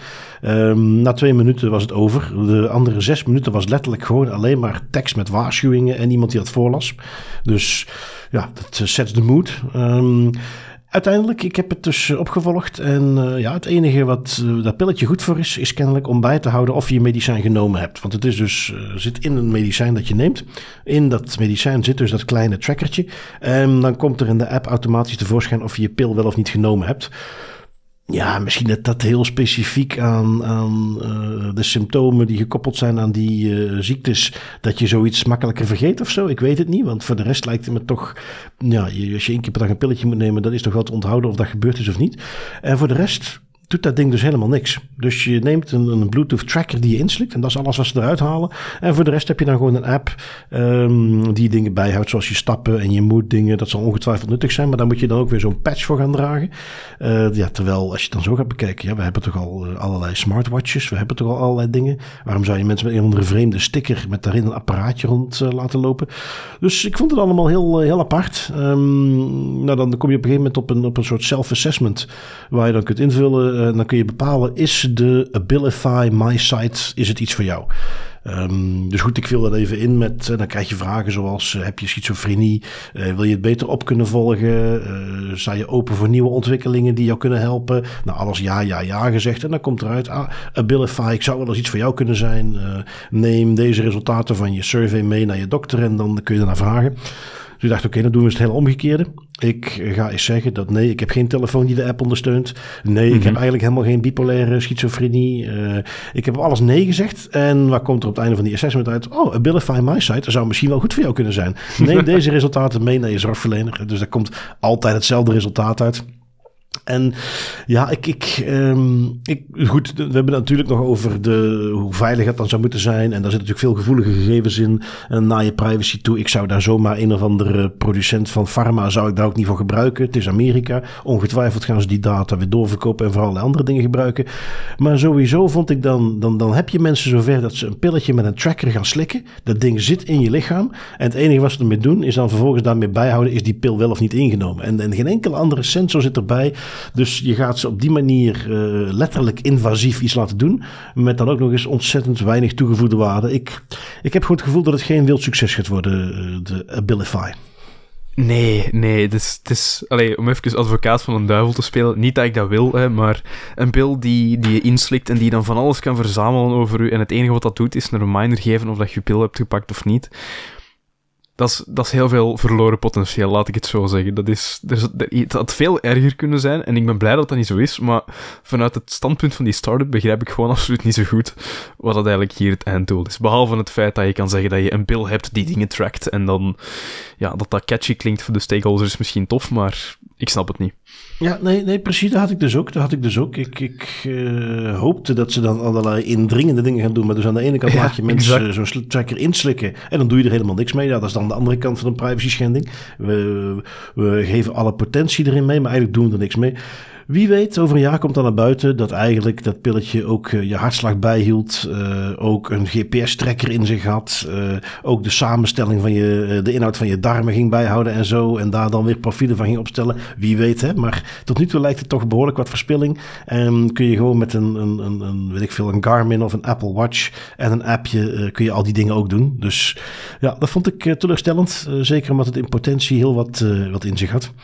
Na 2 minuten was het over. De andere 6 minuten was letterlijk gewoon alleen maar tekst met waarschuwingen en iemand die dat voorlas. Dus dat sets the mood. Uiteindelijk, ik heb het dus opgevolgd en het enige wat dat pilletje goed voor is kennelijk om bij te houden of je medicijn genomen hebt. Want het is dus, zit in een medicijn dat je neemt. In dat medicijn zit dus dat kleine trackertje en dan komt er in de app automatisch tevoorschijn of je je pil wel of niet genomen hebt. Ja, misschien dat heel specifiek aan de symptomen die gekoppeld zijn aan die ziektes, dat je zoiets makkelijker vergeet of zo. Ik weet het niet, want voor de rest lijkt het me toch, als je 1 keer per dag een pilletje moet nemen, dat is toch wel te onthouden of dat gebeurd is of niet. En voor de rest doet dat ding dus helemaal niks. Dus je neemt een Bluetooth tracker die je inslikt en dat is alles wat ze eruit halen. En voor de rest heb je dan gewoon een app die dingen bijhoudt, zoals je stappen en je mood dingen. Dat zal ongetwijfeld nuttig zijn, maar daar moet je dan ook weer zo'n patch voor gaan dragen. Terwijl als je het dan zo gaat bekijken, we hebben toch al allerlei smartwatches, we hebben toch al allerlei dingen. Waarom zou je mensen met een andere vreemde sticker met daarin een apparaatje rond laten lopen? Dus ik vond het allemaal heel apart. Dan kom je op een gegeven moment op een soort self-assessment waar je dan kunt invullen. Dan kun je bepalen, is de Abilify MySight, is het iets voor jou? Dus goed, ik vul dat even in met, dan krijg je vragen zoals, heb je schizofrenie? Wil je het beter op kunnen volgen? Sta je open voor nieuwe ontwikkelingen die jou kunnen helpen? Nou, alles ja gezegd. En dan komt eruit, Abilify, ik zou wel eens iets voor jou kunnen zijn. Neem deze resultaten van je survey mee naar je dokter en dan kun je ernaar vragen. Dus ik dacht, oké, dan doen we het hele omgekeerde. Ik ga eens zeggen dat ik heb geen telefoon die de app ondersteunt. Ik heb eigenlijk helemaal geen bipolaire schizofrenie. Ik heb op alles nee gezegd. En wat komt er op het einde van die assessment uit? Abilify MySight, dat zou misschien wel goed voor jou kunnen zijn. Neem deze resultaten mee naar je zorgverlener. Dus daar komt altijd hetzelfde resultaat uit. En goed, we hebben het natuurlijk nog over hoe veilig het dan zou moeten zijn. En daar zitten natuurlijk veel gevoelige gegevens in. En naar je privacy toe. Ik zou daar zomaar een of andere producent van pharma, zou ik daar ook niet voor gebruiken. Het is Amerika. Ongetwijfeld gaan ze die data weer doorverkopen en voor allerlei andere dingen gebruiken. Maar sowieso vond ik dan heb je mensen zover dat ze een pilletje met een tracker gaan slikken. Dat ding zit in je lichaam. En het enige wat ze ermee doen, is dan vervolgens daarmee bijhouden, is die pil wel of niet ingenomen. En geen enkele andere sensor zit erbij. Dus je gaat ze op die manier letterlijk invasief iets laten doen. Met dan ook nog eens ontzettend weinig toegevoegde waarde. Ik heb gewoon het gevoel dat het geen wild succes gaat worden, de Abilify. Nee, het is om even advocaat van een duivel te spelen, niet dat ik dat wil, maar een pil die je inslikt en die dan van alles kan verzamelen over u en het enige wat dat doet is een reminder geven of dat je pil hebt gepakt of niet. Dat is heel veel verloren potentieel, laat ik het zo zeggen. Het had veel erger kunnen zijn en ik ben blij dat dat niet zo is, maar vanuit het standpunt van die start-up begrijp ik gewoon absoluut niet zo goed wat dat eigenlijk hier het einddoel is. Behalve het feit dat je kan zeggen dat je een pil hebt die dingen trackt en dan, dat catchy klinkt voor de stakeholders is misschien tof, maar ik snap het niet. Ja, nee, precies, dat had ik dus ook. Ik hoopte dat ze dan allerlei indringende dingen gaan doen, maar dus aan de ene kant laat je mensen zo'n tracker inslikken en dan doe je er helemaal niks mee. Dat is dan de andere kant van een privacy schending. We geven alle potentie erin mee, maar eigenlijk doen we er niks mee. Wie weet, over een jaar komt dan naar buiten dat eigenlijk dat pilletje ook je hartslag bijhield. Ook een GPS-tracker in zich had. Ook de samenstelling van de inhoud van je darmen ging bijhouden en zo. En daar dan weer profielen van ging opstellen. Wie weet, hè. Maar tot nu toe lijkt het toch behoorlijk wat verspilling. En kun je gewoon met een Garmin of een Apple Watch en een appje kun je al die dingen ook doen. Dus ja, dat vond ik teleurstellend. Zeker omdat het in potentie heel wat in zich had.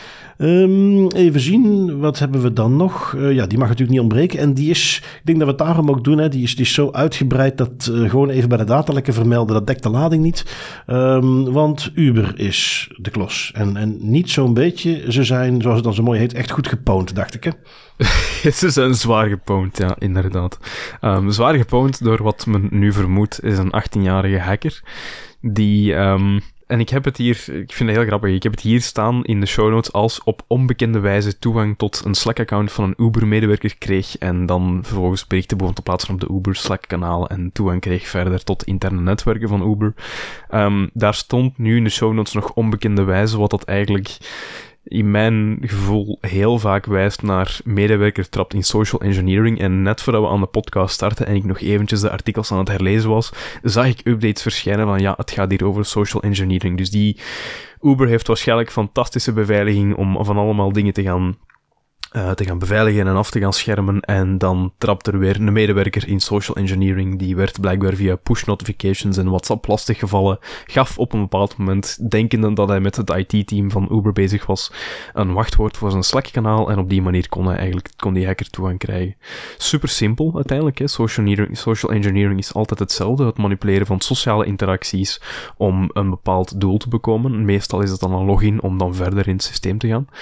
Even zien, wat hebben we dan nog? Die mag natuurlijk niet ontbreken. En die is, ik denk dat we het daarom ook doen. Hè, die is zo uitgebreid dat gewoon even bij de datalekken vermelden. Dat dekt de lading niet. Want Uber is de klos. En niet zo'n beetje. Ze zijn, zoals het dan zo mooi heet, echt goed gepoond, dacht ik. Hè? Ze zijn zwaar gepoond, ja, inderdaad. Zwaar gepoond door wat men nu vermoedt is een 18-jarige hacker. Die... En ik heb het hier, ik vind het heel grappig, ik heb het hier staan in de show notes als op onbekende wijze toegang tot een Slack-account van een Uber-medewerker kreeg en dan vervolgens berichten begon te plaatsen op de Uber Slack-kanaal en toegang kreeg verder tot interne netwerken van Uber. Daar stond nu in de show notes nog onbekende wijze, wat dat eigenlijk in mijn gevoel heel vaak wijst naar medewerker trapt in social engineering. En net voordat we aan de podcast starten en ik nog eventjes de artikels aan het herlezen was, zag ik updates verschijnen van ja, het gaat hier over social engineering. Dus die Uber heeft waarschijnlijk fantastische beveiliging om van allemaal dingen te gaan beveiligen en af te gaan schermen. En dan trapt er weer een medewerker in social engineering. Die werd blijkbaar via push notifications en WhatsApp lastiggevallen. Gaf op een bepaald moment, denkende dat hij met het IT-team van Uber bezig was, een wachtwoord voor zijn Slack-kanaal. En op die manier kon die hacker toegang krijgen. Super simpel uiteindelijk. Hè. Social engineering is altijd hetzelfde. Het manipuleren van sociale interacties om een bepaald doel te bekomen. Meestal is het dan een login om dan verder in het systeem te gaan.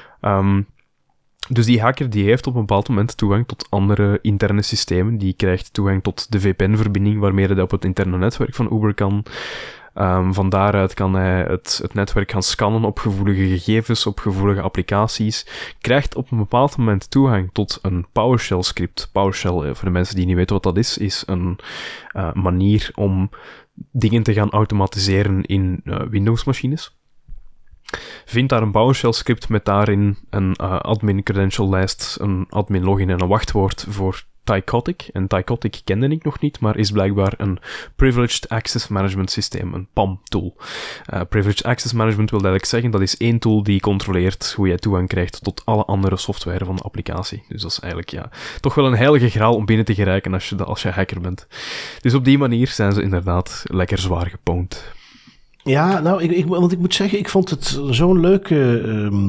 Dus die hacker die heeft op een bepaald moment toegang tot andere interne systemen. Die krijgt toegang tot de VPN-verbinding waarmee hij op het interne netwerk van Uber kan. Van daaruit kan hij het netwerk gaan scannen op gevoelige gegevens, op gevoelige applicaties. Krijgt op een bepaald moment toegang tot een PowerShell-script. PowerShell, voor de mensen die niet weten wat dat is een manier om dingen te gaan automatiseren in Windows-machines. Vind daar een PowerShell-script met daarin een admin-credential-lijst, een admin-login en een wachtwoord voor Thycotic. En Thycotic kende ik nog niet, maar is blijkbaar een Privileged Access Management systeem, een PAM-tool. Privileged Access Management wil eigenlijk zeggen, dat is één tool die controleert hoe jij toegang krijgt tot alle andere software van de applicatie. Dus dat is eigenlijk toch wel een heilige graal om binnen te geraken als je hacker bent. Dus op die manier zijn ze inderdaad lekker zwaar gepoond. Ja, nou, want ik moet zeggen, ik vond het zo'n leuke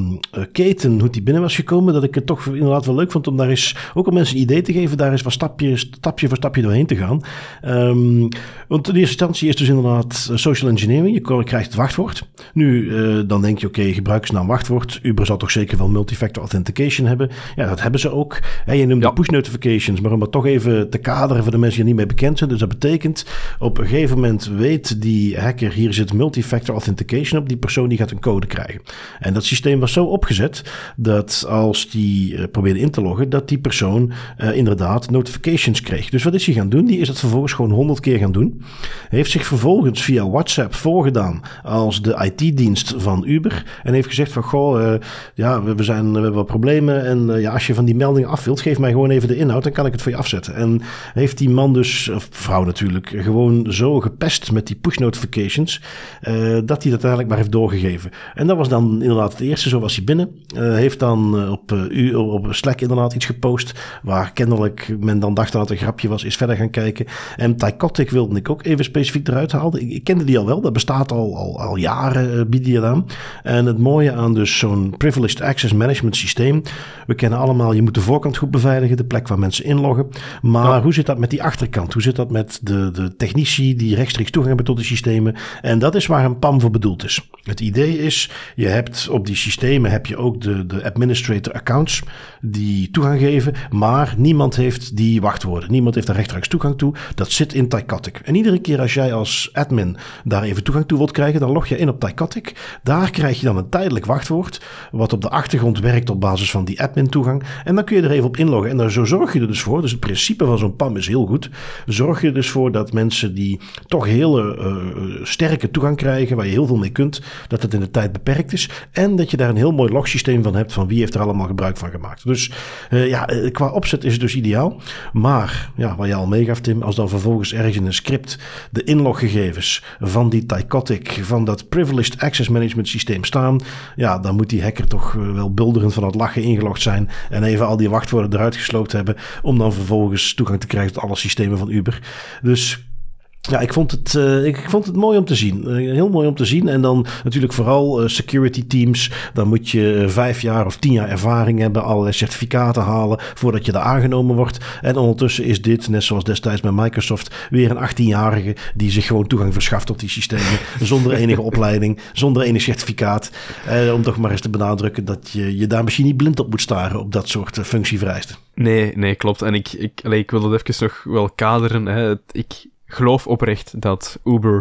keten hoe die binnen was gekomen, dat ik het toch inderdaad wel leuk vond om daar eens, ook om mensen een idee te geven, daar eens wat stapje voor stapje doorheen te gaan. Want in eerste instantie is dus inderdaad social engineering. Je krijgt het wachtwoord. Nu, dan denk je, oké, gebruikersnaam wachtwoord. Uber zal toch zeker wel multifactor authentication hebben. Ja, dat hebben ze ook. Je noemt push notifications, maar om het toch even te kaderen voor de mensen die er niet mee bekend zijn. Dus dat betekent, op een gegeven moment weet die hacker, hier zit multifactor authentication op, die persoon die gaat een code krijgen. En dat systeem was zo opgezet dat als die probeerde in te loggen, dat die persoon inderdaad notifications kreeg. Dus wat is hij gaan doen? Die is dat vervolgens gewoon 100 keer gaan doen. Heeft zich vervolgens via WhatsApp voorgedaan als de IT-dienst van Uber en heeft gezegd van, we hebben wat problemen en als je van die meldingen af wilt, geef mij gewoon even de inhoud, dan kan ik het voor je afzetten. En heeft die man dus, of vrouw natuurlijk, gewoon zo gepest met die push notifications, dat hij dat eigenlijk maar heeft doorgegeven. En dat was dan inderdaad het eerste, zo was hij binnen. Heeft dan op Slack inderdaad iets gepost, waar kennelijk men dan dacht dat het een grapje was, is verder gaan kijken. En Thycotic wilde ik ook even specifiek eruit halen. Ik kende die al wel, dat bestaat al jaren, bied die aan. En het mooie aan dus zo'n Privileged Access Management systeem, we kennen allemaal, je moet de voorkant goed beveiligen, de plek waar mensen inloggen. Maar hoe zit dat met die achterkant? Hoe zit dat met de technici die rechtstreeks toegang hebben tot de systemen? En dat is waar een PAM voor bedoeld is. Het idee is, je hebt op die systemen heb je ook de administrator accounts die toegang geven, maar niemand heeft die wachtwoorden. Niemand heeft daar rechtstreeks toegang toe. Dat zit in Thycotic. En iedere keer als jij als admin daar even toegang toe wilt krijgen, dan log je in op Thycotic. Daar krijg je dan een tijdelijk wachtwoord, wat op de achtergrond werkt op basis van die admin toegang. En dan kun je er even op inloggen. En dan zo zorg je er dus voor, dus het principe van zo'n PAM is heel goed, zorg je er dus voor dat mensen die toch hele sterke toegang toegang krijgen, waar je heel veel mee kunt, dat het in de tijd beperkt is en dat je daar een heel mooi logsysteem van hebt van wie heeft er allemaal gebruik van gemaakt. Dus qua opzet is het dus ideaal. Maar, wat je al meegaf Tim, als dan vervolgens ergens in een script de inloggegevens van die Thycotic, van dat Privileged Access Management systeem staan, dan moet die hacker toch wel bulderend van het lachen ingelogd zijn en even al die wachtwoorden eruit gesloopt hebben om dan vervolgens toegang te krijgen tot alle systemen van Uber. Dus ja, ik vond het mooi om te zien. Heel mooi om te zien. En dan natuurlijk vooral security teams. Dan moet je 5 jaar of 10 jaar ervaring hebben. Allerlei certificaten halen voordat je daar aangenomen wordt. En ondertussen is dit, net zoals destijds met Microsoft, weer een 18-jarige die zich gewoon toegang verschaft tot die systemen. Zonder enige opleiding, zonder enig certificaat. Om toch maar eens te benadrukken dat je daar misschien niet blind op moet staren op dat soort functievereisten. Nee, klopt. En ik wil dat even nog wel kaderen. Hè. Ik geloof oprecht dat Uber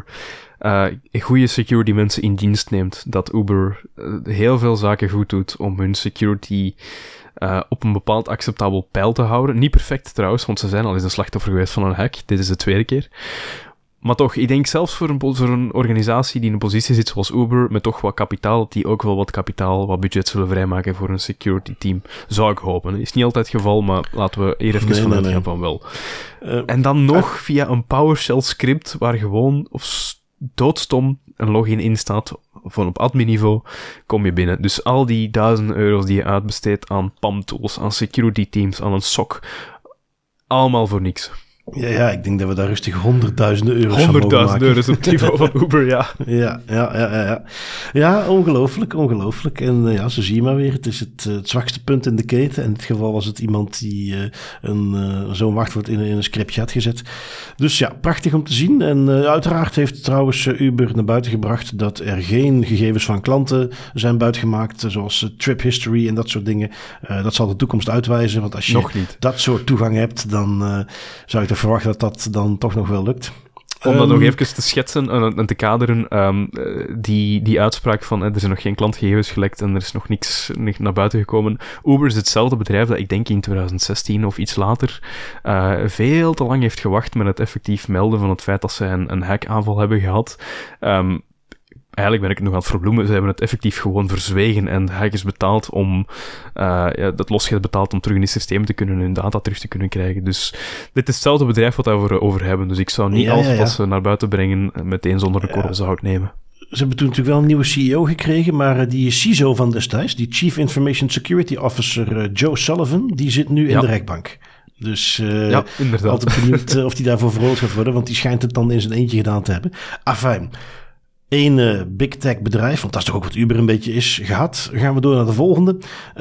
goede security mensen in dienst neemt. Dat Uber heel veel zaken goed doet om hun security op een bepaald acceptabel peil te houden. Niet perfect trouwens, want ze zijn al eens een slachtoffer geweest van een hack. Dit is de tweede keer. Maar toch, ik denk zelfs voor een organisatie die in een positie zit zoals Uber, met toch wat kapitaal, die ook wel wat budget zullen vrijmaken voor een security team. Zou ik hopen. Is niet altijd het geval, maar laten we hier even vanuit gaan van wel. En dan nog via een PowerShell script waar gewoon doodstom een login in staat, van op admin niveau, kom je binnen. Dus al die €1000 die je uitbesteedt aan PAM-tools, aan security teams, aan een SOC, allemaal voor niks. Ja, ik denk dat we daar rustig honderdduizenden euro's van mogen maken. €100.000 op het niveau van Uber, ja. Ja. Ja, ongelooflijk. En zo zie je maar weer. Het is het zwakste punt in de keten. In dit geval was het iemand die zo'n wachtwoord in een scriptje had gezet. Dus ja, prachtig om te zien. En uiteraard heeft trouwens Uber naar buiten gebracht dat er geen gegevens van klanten zijn buitgemaakt, zoals trip history en dat soort dingen. Dat zal de toekomst uitwijzen, want als je dat soort toegang hebt, dan zou ik verwachten dat dat dan toch nog wel lukt. Om dat nog even te schetsen en te kaderen, die uitspraak van er zijn nog geen klantgegevens gelekt en er is nog niks naar buiten gekomen. Uber is hetzelfde bedrijf dat ik denk in 2016 of iets later veel te lang heeft gewacht met het effectief melden van het feit dat ze een hackaanval hebben gehad. Eigenlijk ben ik het nog aan het verbloemen. Ze hebben het effectief gewoon verzwegen en hackers betaald om dat losgeld betaald om terug in het systeem te kunnen hun data terug te kunnen krijgen. Dus dit is hetzelfde bedrijf wat we over hebben. Dus ik zou niet alles wat ze naar buiten brengen meteen zonder de korrel zout nemen. Ze hebben toen natuurlijk wel een nieuwe CEO gekregen, maar die CISO van destijds, die Chief Information Security Officer Joe Sullivan, die zit nu in de rechtbank. Dus inderdaad. Altijd benieuwd of die daarvoor veroordeeld gaat worden, want die schijnt het dan in zijn eentje gedaan te hebben. Afijn. Eén big tech bedrijf, want dat is toch ook wat Uber een beetje is, gehad. Gaan we door naar de volgende.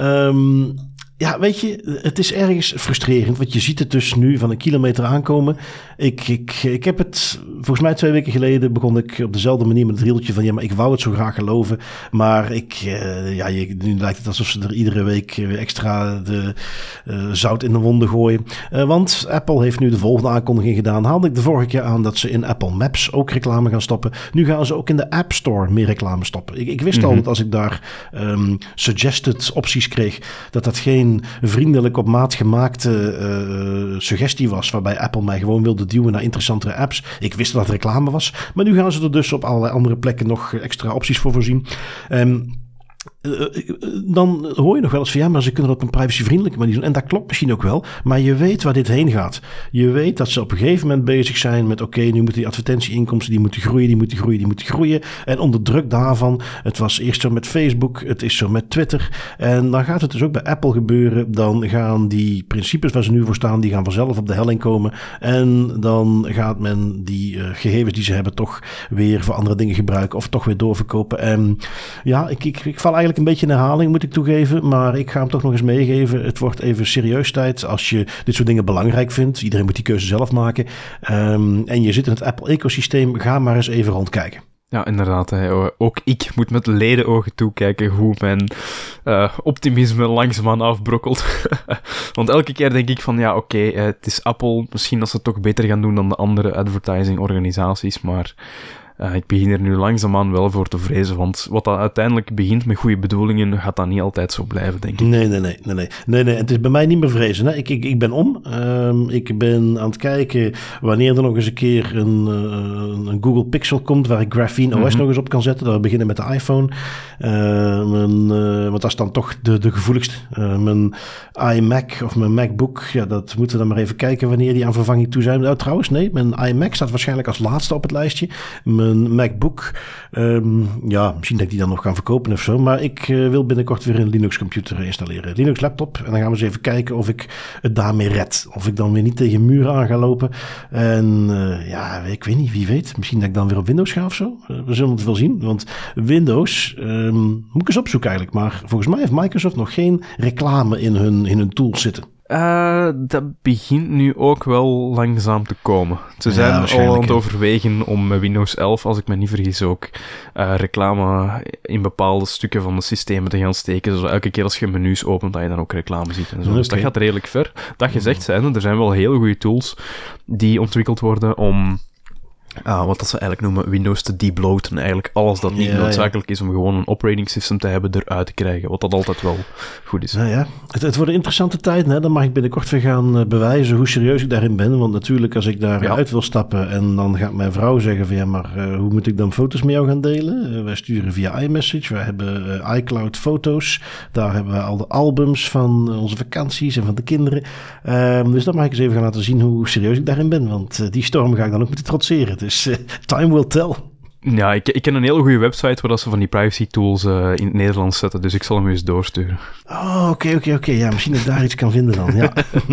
Weet je, het is ergens frustrerend, want je ziet het dus nu van een kilometer aankomen. Ik heb het, volgens mij 2 weken geleden begon ik op dezelfde manier met het rieltje van, maar ik wou het zo graag geloven. Maar nu lijkt het alsof ze er iedere week weer extra de zout in de wonden gooien. Want Apple heeft nu de volgende aankondiging gedaan. Haalde ik de vorige keer aan dat ze in Apple Maps ook reclame gaan stoppen. Nu gaan ze ook in de App Store meer reclame stoppen. Ik wist al dat als ik daar suggested opties kreeg, dat geen vriendelijk op maat gemaakte suggestie was, waarbij Apple mij gewoon wilde duwen naar interessantere apps. Ik wist dat het reclame was, maar nu gaan ze er dus op allerlei andere plekken nog extra opties voor voorzien. Dan hoor je nog wel eens van maar ze kunnen dat op een privacyvriendelijke manier doen. En dat klopt misschien ook wel, maar je weet waar dit heen gaat. Je weet dat ze op een gegeven moment bezig zijn met nu moeten die advertentieinkomsten, die moeten groeien. En onder druk daarvan, het was eerst zo met Facebook, het is zo met Twitter. En dan gaat het dus ook bij Apple gebeuren. Dan gaan die principes waar ze nu voor staan, die gaan vanzelf op de helling komen. En dan gaat men die gegevens die ze hebben toch weer voor andere dingen gebruiken of toch weer doorverkopen. En ik val eigenlijk een beetje in herhaling, moet ik toegeven. Maar ik ga hem toch nog eens meegeven. Het wordt even serieus tijd als je dit soort dingen belangrijk vindt. Iedereen moet die keuze zelf maken. En je zit in het Apple-ecosysteem. Ga maar eens even rondkijken. Ja, inderdaad. Ook ik moet met ledenogen toekijken hoe mijn optimisme langzaamaan afbrokkelt. Want elke keer denk ik van, het is Apple. Misschien dat ze het toch beter gaan doen dan de andere advertising-organisaties. Maar ik begin er nu langzaamaan wel voor te vrezen, want wat dat uiteindelijk begint met goede bedoelingen, gaat dat niet altijd zo blijven, denk ik. Nee. Het is bij mij niet meer vrezen. Hè. Ik ben om. Ik ben aan het kijken wanneer er nog eens een keer een een Google Pixel komt waar ik Graphene OS nog eens op kan zetten. Dat we beginnen met de iPhone. Want dat is dan toch de gevoeligste. Mijn iMac of mijn MacBook, ja, dat moeten we dan maar even kijken wanneer die aan vervanging toe zijn. Nou, trouwens, nee, mijn iMac staat waarschijnlijk als laatste op het lijstje. Mijn MacBook, misschien dat ik die dan nog kan verkopen of zo. Maar ik wil binnenkort weer een Linux computer installeren. Linux laptop. En dan gaan we eens even kijken of ik het daarmee red. Of ik dan weer niet tegen muren aan ga lopen. En ik weet niet, wie weet. Misschien dat ik dan weer op Windows ga of zo. We zullen het wel zien. Want Windows, moet ik eens opzoeken eigenlijk. Maar volgens mij heeft Microsoft nog geen reclame in hun tools zitten. Dat begint nu ook wel langzaam te komen. Ze zijn al aan het overwegen om met Windows 11, als ik me niet vergis, ook reclame in bepaalde stukken van de systemen te gaan steken. Dus elke keer als je menus opent, dat je dan ook reclame ziet en zo. Dus dat gaat redelijk ver. Dat gezegd zijnde, er zijn wel hele goede tools die ontwikkeld worden om wat dat ze eigenlijk noemen Windows te debloaten. Eigenlijk alles dat niet noodzakelijk is om gewoon een operating system te hebben eruit te krijgen. Wat dat altijd wel goed is. Ja. Het wordt een interessante tijd. Hè? Dan mag ik binnenkort weer gaan bewijzen hoe serieus ik daarin ben. Want natuurlijk als ik daaruit wil stappen en dan gaat mijn vrouw zeggen van hoe moet ik dan foto's met jou gaan delen? Wij sturen via iMessage. Wij hebben iCloud foto's. Daar hebben we al de albums van onze vakanties en van de kinderen. Dus dan mag ik eens even gaan laten zien hoe serieus ik daarin ben. Want die storm ga ik dan ook moeten trotseren. Dus time will tell. Ja, ik ken een hele goede website waar ze van die privacy tools in het Nederlands zetten, dus ik zal hem eens doorsturen. Oh, oké. Ja, misschien dat ik daar iets kan vinden dan, ja.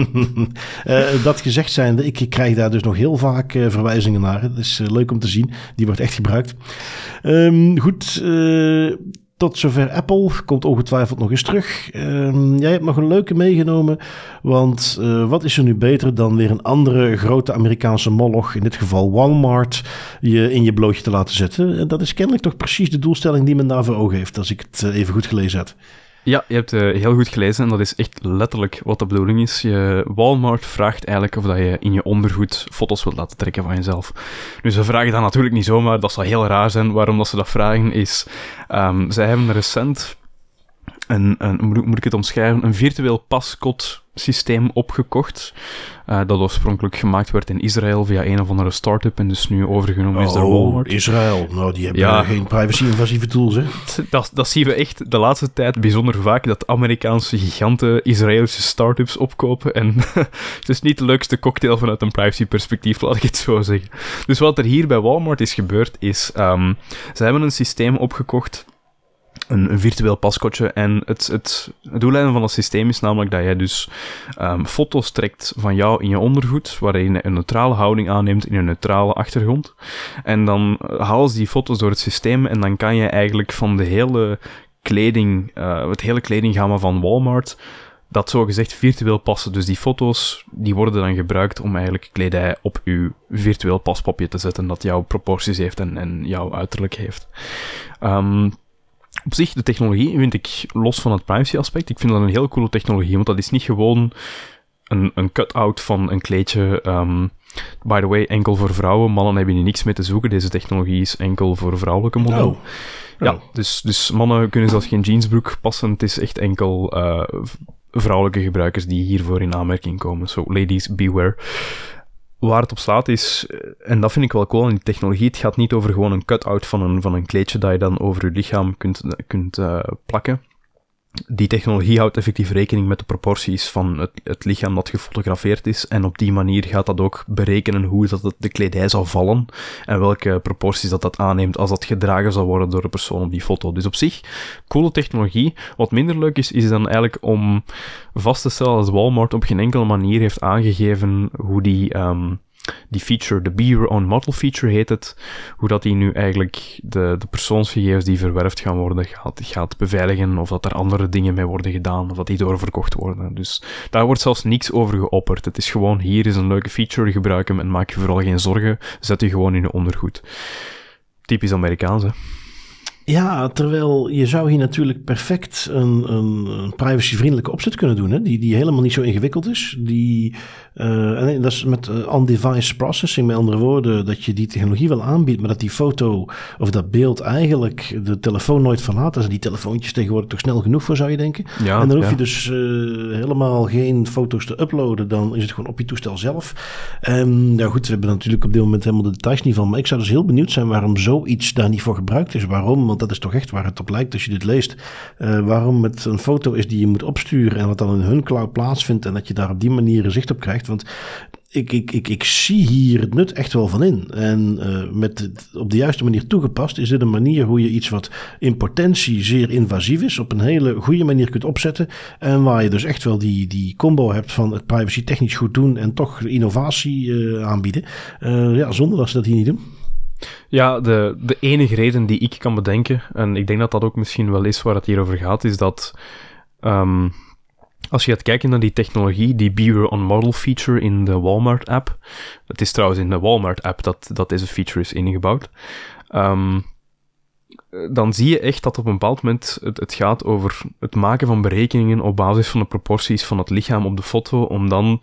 Dat gezegd zijnde, ik krijg daar dus nog heel vaak verwijzingen naar. Het is leuk om te zien. Die wordt echt gebruikt. Goed, tot zover Apple. Komt ongetwijfeld nog eens terug. Jij hebt nog een leuke meegenomen. Want wat is er nu beter dan weer een andere grote Amerikaanse moloch, in dit geval Walmart, je in je blootje te laten zetten. En dat is kennelijk toch precies de doelstelling die men daar voor ogen heeft, als ik het even goed gelezen heb. Ja, je hebt heel goed gelezen en dat is echt letterlijk wat de bedoeling is. Walmart vraagt eigenlijk of dat je in je ondergoed foto's wilt laten trekken van jezelf. Nu, ze vragen dat natuurlijk niet zomaar, dat zou heel raar zijn. Waarom dat ze dat vragen is, zij hebben recent moet ik het omschrijven, een virtueel pascode-systeem opgekocht. Dat oorspronkelijk gemaakt werd in Israël via een of andere start-up en dus nu overgenomen is door Walmart. Israël. Nou, die hebben geen privacy-invasieve tools, hè? Dat zien we echt de laatste tijd bijzonder vaak, dat Amerikaanse giganten Israëlische start-ups opkopen. En het is niet de leukste cocktail vanuit een privacy-perspectief, laat ik het zo zeggen. Dus wat er hier bij Walmart is gebeurd, is ze hebben een systeem opgekocht, een virtueel pascodje. En het doeleinde van het systeem is namelijk dat jij dus foto's trekt van jou in je ondergoed, waarin je een neutrale houding aanneemt in een neutrale achtergrond. En dan halen ze die foto's door het systeem en dan kan je eigenlijk van de hele kleding, het hele kledinggamma van Walmart, dat zogezegd virtueel passen. Dus die foto's, die worden dan gebruikt om eigenlijk kledij op je virtueel paspapje te zetten, dat jouw proporties heeft en jouw uiterlijk heeft. Op zich, de technologie vind ik, los van het privacy-aspect, ik vind dat een heel coole technologie, want dat is niet gewoon een cut-out van een kleedje. By the way, enkel voor vrouwen. Mannen hebben hier niks mee te zoeken. Deze technologie is enkel voor vrouwelijke modellen. Oh. Ja, dus mannen kunnen zelfs geen jeansbroek passen. Het is echt enkel vrouwelijke gebruikers die hiervoor in aanmerking komen. So, ladies, beware. Waar het op slaat is, en dat vind ik wel cool aan die technologie, het gaat niet over gewoon een cut-out van een kleedje dat je dan over je lichaam kunt plakken. Die technologie houdt effectief rekening met de proporties van het lichaam dat gefotografeerd is, en op die manier gaat dat ook berekenen hoe dat de kledij zal vallen en welke proporties dat aanneemt als dat gedragen zal worden door de persoon op die foto. Dus op zich, coole technologie. Wat minder leuk is dan eigenlijk om vast te stellen dat Walmart op geen enkele manier heeft aangegeven hoe die feature, de Be Your Own Model feature heet het, hoe dat die nu eigenlijk de persoonsgegevens die verwerfd gaan worden gaat beveiligen, of dat er andere dingen mee worden gedaan, of dat die doorverkocht worden. Dus daar wordt zelfs niks over geopperd. Het is gewoon, hier is een leuke feature, gebruik hem en maak je vooral geen zorgen, zet je gewoon in je ondergoed. Typisch Amerikaans, hè? Ja, terwijl je zou hier natuurlijk perfect een privacyvriendelijke opzet kunnen doen, hè? Die helemaal niet zo ingewikkeld is. En dat is met on-device processing, met andere woorden, dat je die technologie wel aanbiedt, maar dat die foto of dat beeld eigenlijk de telefoon nooit verlaat. Daar zijn die telefoontjes tegenwoordig toch snel genoeg voor, zou je denken. Ja, en dan hoef je dus helemaal geen foto's te uploaden, dan is het gewoon op je toestel zelf. Ja goed, we hebben natuurlijk op dit moment helemaal de details niet van, maar ik zou dus heel benieuwd zijn waarom zoiets daar niet voor gebruikt is. Waarom? Want dat is toch echt waar het op lijkt als je dit leest. Waarom het een foto is die je moet opsturen en wat dan in hun cloud plaatsvindt en dat je daar op die manier zicht op krijgt. Want ik zie hier het nut echt wel van in. En op de juiste manier toegepast is dit een manier hoe je iets wat in potentie zeer invasief is op een hele goede manier kunt opzetten. En waar je dus echt wel die combo hebt van het privacy technisch goed doen en toch innovatie aanbieden. Zonder dat ze dat hier niet doen. Ja, de enige reden die ik kan bedenken, en ik denk dat dat ook misschien wel is waar het hier over gaat, is dat als je gaat kijken naar die technologie, die Beware on Model feature in de Walmart app, het is trouwens in de Walmart app dat deze feature is ingebouwd, dan zie je echt dat op een bepaald moment het gaat over het maken van berekeningen op basis van de proporties van het lichaam op de foto, om dan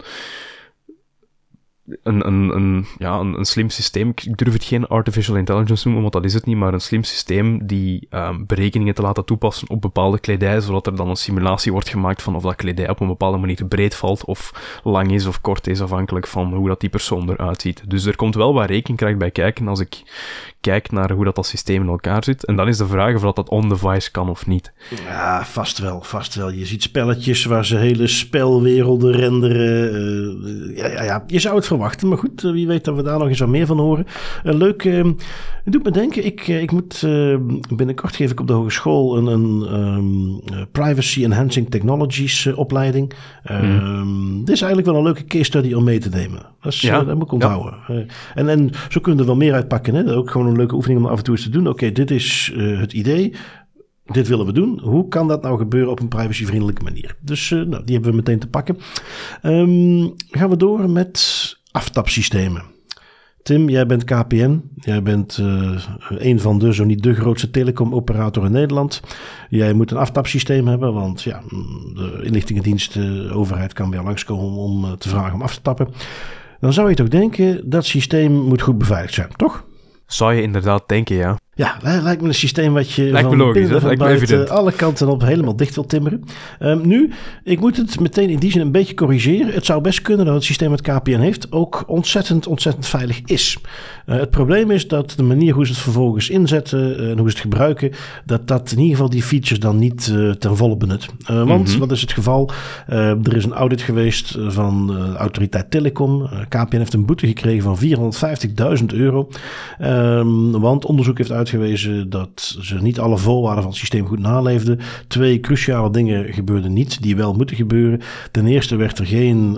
een slim systeem, ik durf het geen artificial intelligence te noemen, want dat is het niet, maar een slim systeem die berekeningen te laten toepassen op bepaalde kledij, zodat er dan een simulatie wordt gemaakt van of dat kledij op een bepaalde manier breed valt, of lang is of kort is, afhankelijk van hoe dat die persoon eruit ziet. Dus er komt wel wat rekenkracht bij kijken als ik kijk naar hoe dat systeem in elkaar zit. En dan is de vraag of dat on-device kan of niet. Ja, vast wel. Je ziet spelletjes waar ze hele spelwerelden renderen. Je zou het verwachten, maar goed, wie weet dat we daar nog eens wat meer van horen. Leuk, het doet me denken, ik moet binnenkort geef ik op de hogeschool een Privacy Enhancing Technologies opleiding. Dit is eigenlijk wel een leuke case study om mee te nemen. Dat moet ik onthouden. Ja. En zo kunnen we er wel meer uitpakken. Hè? Ook gewoon een leuke oefening om af en toe eens te doen. Oké, dit is het idee. Dit willen we doen. Hoe kan dat nou gebeuren op een privacyvriendelijke manier? Dus die hebben we meteen te pakken. Gaan we door met aftapsystemen. Tim, jij bent KPN. Jij bent een van de, zo niet de grootste telecomoperator in Nederland. Jij moet een aftapsysteem hebben, want ja, de inlichtingendienst, de overheid kan weer langskomen om te vragen om af te tappen. Dan zou je toch denken, dat systeem moet goed beveiligd zijn, toch? Zou je inderdaad denken, ja. Ja, lijkt me een systeem wat je lijkt van me logisch, binnen van buiten alle kanten op helemaal dicht wil timmeren. Nu, ik moet het meteen in die zin een beetje corrigeren. Het zou best kunnen dat het systeem dat KPN heeft ook ontzettend veilig is. Het probleem is dat de manier hoe ze het vervolgens inzetten en hoe ze het gebruiken, dat in ieder geval die features dan niet ten volle benut. Want, wat is het geval? Er is een audit geweest van de autoriteit Telecom. KPN heeft een boete gekregen van €450.000. Want onderzoek heeft uitgewezen dat ze niet alle voorwaarden van het systeem goed naleefden. 2 cruciale dingen gebeurden niet, die wel moeten gebeuren. Ten eerste werd er geen,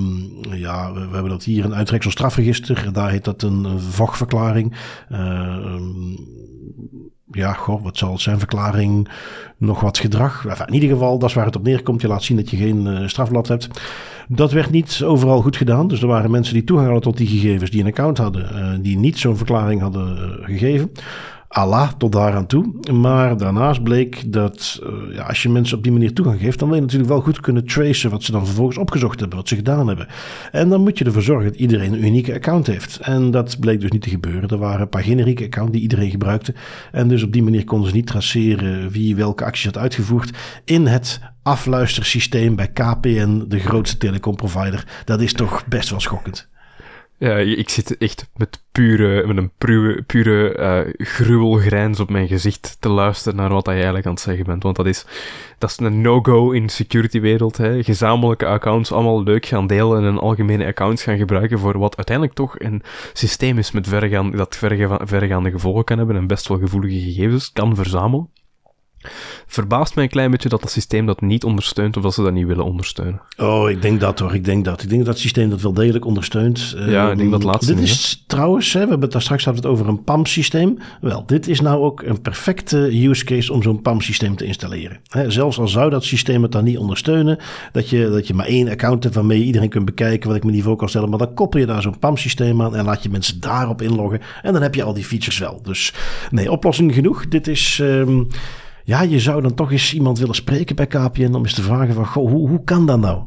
we hebben dat hier, een uittreksel strafregister. Daar heet dat een VOG-verklaring. Wat zal het zijn? Verklaring, nog wat gedrag. Enfin, in ieder geval, dat is waar het op neerkomt. Je laat zien dat je geen strafblad hebt. Dat werd niet overal goed gedaan. Dus er waren mensen die toegang hadden tot die gegevens, die een account hadden, die niet zo'n verklaring hadden gegeven. Allah, tot daar aan toe. Maar daarnaast bleek dat als je mensen op die manier toegang geeft, dan wil je natuurlijk wel goed kunnen tracen wat ze dan vervolgens opgezocht hebben, wat ze gedaan hebben. En dan moet je ervoor zorgen dat iedereen een unieke account heeft. En dat bleek dus niet te gebeuren. Er waren een paar generieke accounts die iedereen gebruikte. En dus op die manier konden ze niet traceren wie welke acties had uitgevoerd in het afluistersysteem bij KPN, de grootste telecomprovider. Dat is toch best wel schokkend. Ja, ik zit echt met een pure gruwelgrijns op mijn gezicht te luisteren naar wat je eigenlijk aan het zeggen bent. Want dat is een no-go in de security-wereld. Hè. Gezamenlijke accounts allemaal leuk gaan delen en algemene accounts gaan gebruiken voor wat uiteindelijk toch een systeem is met verregaande gevolgen kan hebben en best wel gevoelige gegevens kan verzamelen. Verbaast mij een klein beetje dat systeem dat niet ondersteunt of dat ze dat niet willen ondersteunen. Oh, ik denk dat hoor. Ik denk dat het systeem dat wel degelijk ondersteunt. Ja, ik denk dat laatste Dit is trouwens, we hebben het daar straks het over een PAM-systeem. Wel, dit is nou ook een perfecte use case om zo'n PAM-systeem te installeren. Zelfs al zou dat systeem het dan niet ondersteunen, dat je maar 1 account hebt waarmee je iedereen kunt bekijken wat ik me niveau kan stellen, maar dan koppel je daar zo'n PAM-systeem aan en laat je mensen daarop inloggen en dan heb je al die features wel. Dus nee, oplossing genoeg. Dit is... Ja, je zou dan toch eens iemand willen spreken bij KPN om eens te vragen van, goh, hoe kan dat nou?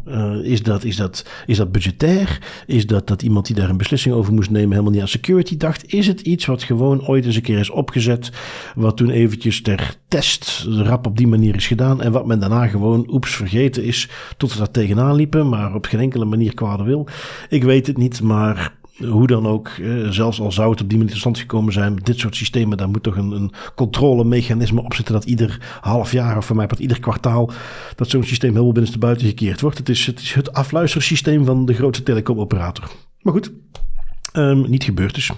Is dat budgetair? Is dat iemand die daar een beslissing over moest nemen helemaal niet aan security dacht? Is het iets wat gewoon ooit eens een keer is opgezet, wat toen eventjes ter test rap op die manier is gedaan en wat men daarna gewoon vergeten is tot we daar tegenaan liepen, maar op geen enkele manier kwade wil? Ik weet het niet, maar... Hoe dan ook, zelfs al zou het op die manier tot stand gekomen zijn, dit soort systemen, daar moet toch een controlemechanisme op zitten dat ieder half jaar of voor mij ieder kwartaal dat zo'n systeem helemaal binnenstebuiten gekeerd wordt. Het is het afluistersysteem van de grootste telecomoperator. Maar goed. Niet gebeurd is.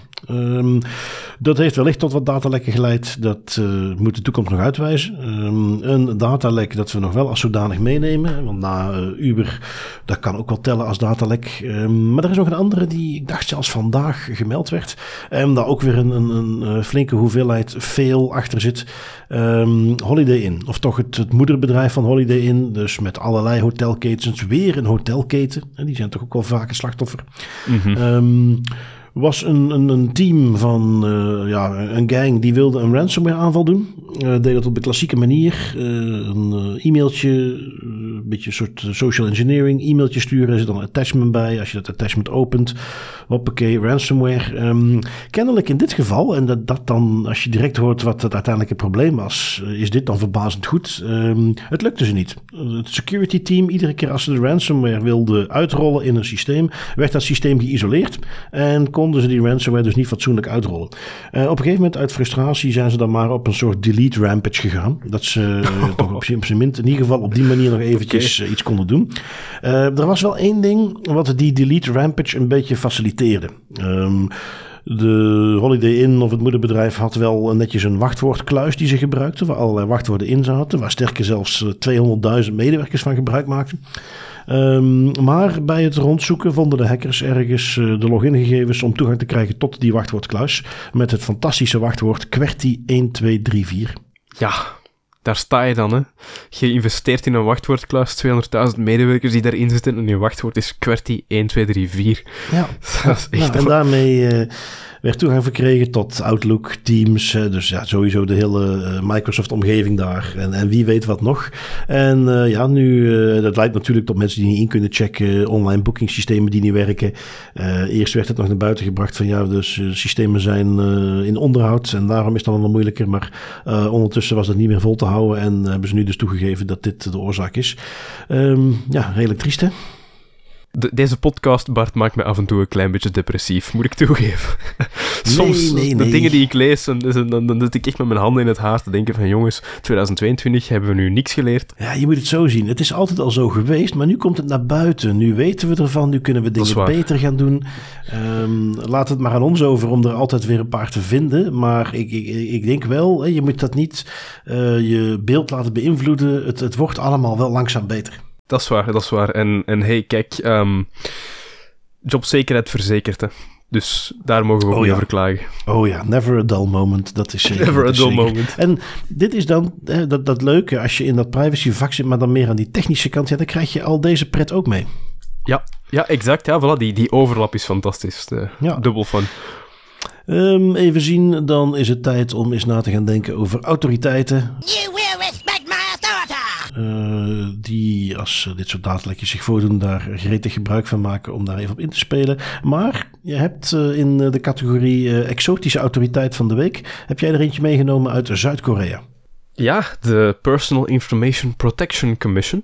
Dat heeft wellicht tot wat datalekken geleid. Dat moet de toekomst nog uitwijzen. Een datalek dat we nog wel als zodanig meenemen. Want na Uber, dat kan ook wel tellen als datalek. Maar er is nog een andere die, ik dacht zelfs vandaag gemeld werd. Daar ook weer een flinke hoeveelheid fail achter zit. Holiday Inn. Of toch het moederbedrijf van Holiday Inn. Dus met allerlei hotelketens. Weer een hotelketen. Die zijn toch ook wel vaak een slachtoffer. Mm-hmm. Was een team van een gang die wilde een ransomware aanval doen. Deed dat op de klassieke manier. Een e-mailtje, een beetje een soort social engineering. E-mailtje sturen, er zit dan een attachment bij. Als je dat attachment opent, hoppakee, ransomware. Kennelijk in dit geval, en dat dan, als je direct hoort wat het uiteindelijke probleem was, is dit dan verbazend goed. Het lukte ze niet. Het security team, iedere keer als ze de ransomware wilden uitrollen in een systeem, werd dat systeem geïsoleerd en konden ze die ransomware dus niet fatsoenlijk uitrollen. Op een gegeven moment uit frustratie zijn ze dan maar op een soort delete rampage gegaan. Dat ze toch op zijn minst in ieder geval op die manier nog eventjes iets konden doen. Er was wel één ding wat die delete rampage een beetje faciliteerde. De Holiday Inn of het moederbedrijf had wel netjes een wachtwoordkluis die ze gebruikten, waar allerlei wachtwoorden in zaten, waar sterker zelfs 200.000 medewerkers van gebruik maakten. Maar bij het rondzoeken vonden de hackers ergens de logingegevens om toegang te krijgen tot die wachtwoordkluis met het fantastische wachtwoord QWERTY1234. Ja, daar sta je dan, hè. Je investeert in een wachtwoordkluis, 200.000 medewerkers die daarin zitten en je wachtwoord is QWERTY1234. Ja, dat is echt en daarmee werd toegang verkregen tot Outlook, Teams, dus ja, sowieso de hele Microsoft-omgeving daar en wie weet wat nog. En nu, dat leidt natuurlijk tot mensen die niet in kunnen checken, online boekingssystemen die niet werken. Eerst werd het nog naar buiten gebracht van ja, dus systemen zijn in onderhoud en daarom is het dan wel moeilijker, maar ondertussen was dat niet meer vol te houden en hebben ze nu dus toegegeven dat dit de oorzaak is. Redelijk triest, hè? Deze podcast, Bart, maakt me af en toe een klein beetje depressief, moet ik toegeven. Soms, nee. de dingen die ik lees, dan zit ik echt met mijn handen in het haar te denken van jongens, 2022 hebben we nu niks geleerd. Ja, je moet het zo zien. Het is altijd al zo geweest, maar nu komt het naar buiten. Nu weten we ervan, nu kunnen we dingen beter gaan doen. Laat het maar aan ons over om er altijd weer een paar te vinden. Maar ik denk wel, je moet dat niet je beeld laten beïnvloeden. Het wordt allemaal wel langzaam beter. Dat is waar. En hey, kijk, jobzekerheid verzekerd, hè. Dus daar mogen we ook niet over klagen. Oh ja, never a dull moment. Dat is zeker. Never a dull moment. En dit is dan dat leuke, als je in dat privacyvak zit, maar dan meer aan die technische kant, dan krijg je al deze pret ook mee. Ja, exact. Ja, voilà, die overlap is fantastisch. Dubbel fun. Even zien, dan is het tijd om eens na te gaan denken over autoriteiten. You will respect my authority! Die, als dit soort datalekjes zich voordoen, daar gretig gebruik van maken om daar even op in te spelen. Maar je hebt in de categorie exotische autoriteit van de week, heb jij er eentje meegenomen uit Zuid-Korea. Ja, de Personal Information Protection Commission.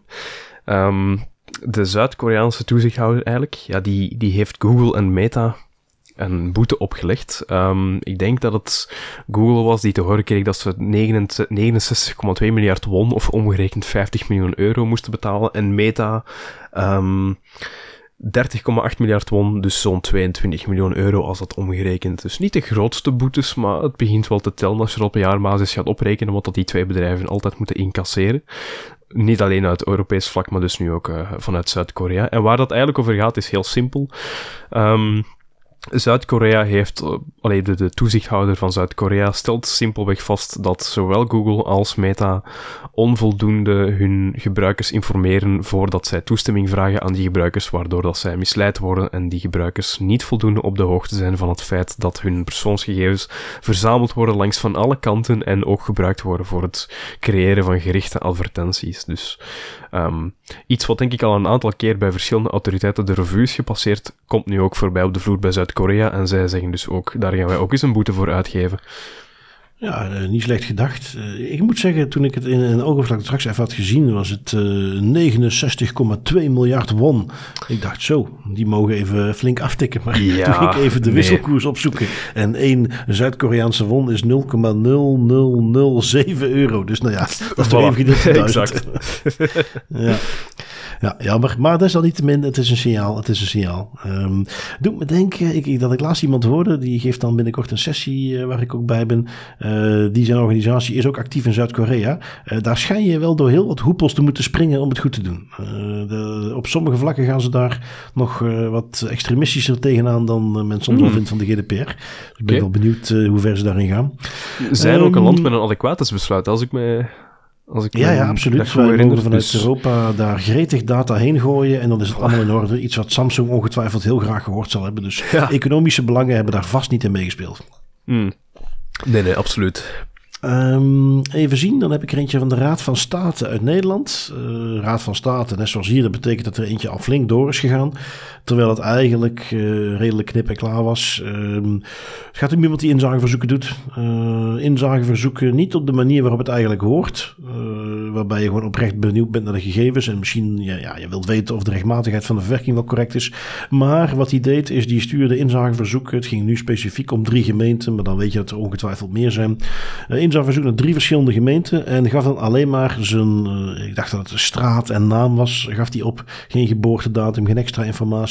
De Zuid-Koreaanse toezichthouder eigenlijk, ja, die heeft Google en Meta een boete opgelegd. Ik denk dat het Google was die te horen kreeg dat ze 69,2 miljard won, of omgerekend 50 miljoen euro moesten betalen. En Meta 30,8 miljard won, dus zo'n 22 miljoen euro als dat omgerekend. Dus niet de grootste boetes, maar het begint wel te tellen als je er op een jaarbasis gaat oprekenen wat dat die twee bedrijven altijd moeten incasseren. Niet alleen uit Europees vlak, maar dus nu ook vanuit Zuid-Korea. En waar dat eigenlijk over gaat is heel simpel. Zuid-Korea heeft, de toezichthouder van Zuid-Korea stelt simpelweg vast dat zowel Google als Meta onvoldoende hun gebruikers informeren voordat zij toestemming vragen aan die gebruikers, waardoor dat zij misleid worden en die gebruikers niet voldoende op de hoogte zijn van het feit dat hun persoonsgegevens verzameld worden langs van alle kanten en ook gebruikt worden voor het creëren van gerichte advertenties. Dus iets wat denk ik al een aantal keer bij verschillende autoriteiten de revue is gepasseerd, komt nu ook voorbij op de vloer bij Zuid-Korea en zij zeggen dus ook, daar gaan wij ook eens een boete voor uitgeven. Ja, niet slecht gedacht. Ik moet zeggen, toen ik het in een oogopslag straks even had gezien, was het 69,2 miljard won. Ik dacht zo, die mogen even flink aftikken. Maar toen ging ik even de wisselkoers opzoeken. En 1 Zuid-Koreaanse won is 0,0007 euro. Dus nou ja, dat is toch even gedeeld door 1000. Exact. Ja, jammer. Maar desalniettemin, het is een signaal. Doet me denken dat ik laatst iemand hoorde, die geeft dan binnenkort een sessie waar ik ook bij ben. Die zijn organisatie is ook actief in Zuid-Korea. Daar schijn je wel door heel wat hoepels te moeten springen om het goed te doen. Op sommige vlakken gaan ze daar nog wat extremistischer tegenaan dan men soms al vindt van de GDPR. Dus ik ben wel benieuwd hoe ver ze daarin gaan. Zijn ook een land met een adequatesbesluit, als ik ja, absoluut. Wij mogen vanuit Europa daar gretig data heen gooien en dan is het allemaal in orde. Iets wat Samsung ongetwijfeld heel graag gehoord zal hebben. Dus economische belangen hebben daar vast niet in meegespeeld. Nee, absoluut. Even zien, dan heb ik er eentje van de Raad van State uit Nederland. Raad van State, net zoals hier, dat betekent dat er eentje al flink door is gegaan. Terwijl het eigenlijk redelijk knip en klaar was. Het gaat om iemand die inzageverzoeken doet. Inzageverzoeken niet op de manier waarop het eigenlijk hoort. Waarbij je gewoon oprecht benieuwd bent naar de gegevens. En misschien je wilt weten of de rechtmatigheid van de verwerking wel correct is. Maar wat hij deed is, die stuurde inzageverzoeken. Het ging nu specifiek om 3 gemeenten. Maar dan weet je dat er ongetwijfeld meer zijn. Inzageverzoek naar 3 verschillende gemeenten. En gaf dan alleen maar zijn, ik dacht dat het een straat en naam was. Gaf hij op. Geen geboortedatum, geen extra informatie.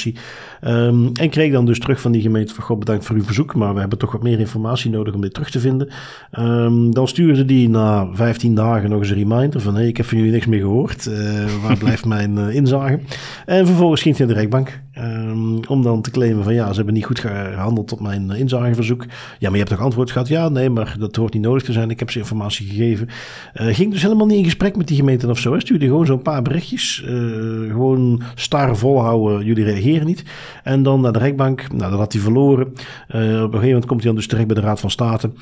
En kreeg dan dus terug van die gemeente van, bedankt voor uw verzoek, maar we hebben toch wat meer informatie nodig om dit terug te vinden. Dan stuurde die na 15 dagen nog eens een reminder van, ik heb van jullie niks meer gehoord. Waar blijft mijn inzage? En vervolgens ging hij naar de rechtbank. Om dan te claimen van, ze hebben niet goed gehandeld op mijn inzageverzoek. Ja, maar je hebt toch antwoord gehad? Ja, nee, maar dat hoort niet nodig te zijn. Ik heb ze informatie gegeven. Ging dus helemaal niet in gesprek met die gemeente of zo. Hè. Stuurde gewoon zo'n paar berichtjes. Gewoon star volhouden, jullie reageren niet. En dan naar de rechtbank. Nou, dat had hij verloren. Op een gegeven moment komt hij dan dus terecht bij de Raad van State.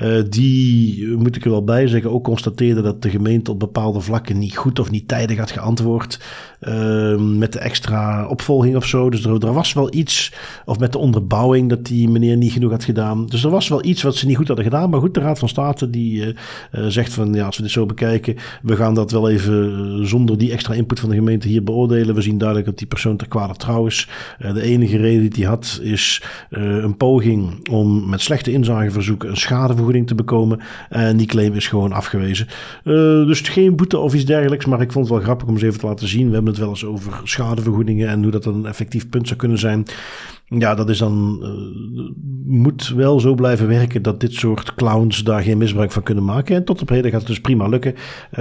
Die, moet ik er wel bij zeggen, ook constateerde dat de gemeente op bepaalde vlakken niet goed of niet tijdig had geantwoord. Met de extra opvolging of zo. Dus er was wel iets, of met de onderbouwing dat die meneer niet genoeg had gedaan. Dus er was wel iets wat ze niet goed hadden gedaan. Maar goed, de Raad van State die zegt van, als we dit zo bekijken, we gaan dat wel even zonder die extra input van de gemeente hier beoordelen. We zien duidelijk dat die persoon ter kwade trouw is. De enige reden die hij had is een poging om met slechte inzageverzoeken een schadevergoeding te bekomen. En die claim is gewoon afgewezen. Dus geen boete of iets dergelijks, maar ik vond het wel grappig om eens even te laten zien. We hebben het wel eens over schadevergoedingen en hoe dat een effectief punt zou kunnen zijn. Ja, dat is dan moet wel zo blijven werken dat dit soort clowns daar geen misbruik van kunnen maken. En tot op heden gaat het dus prima lukken.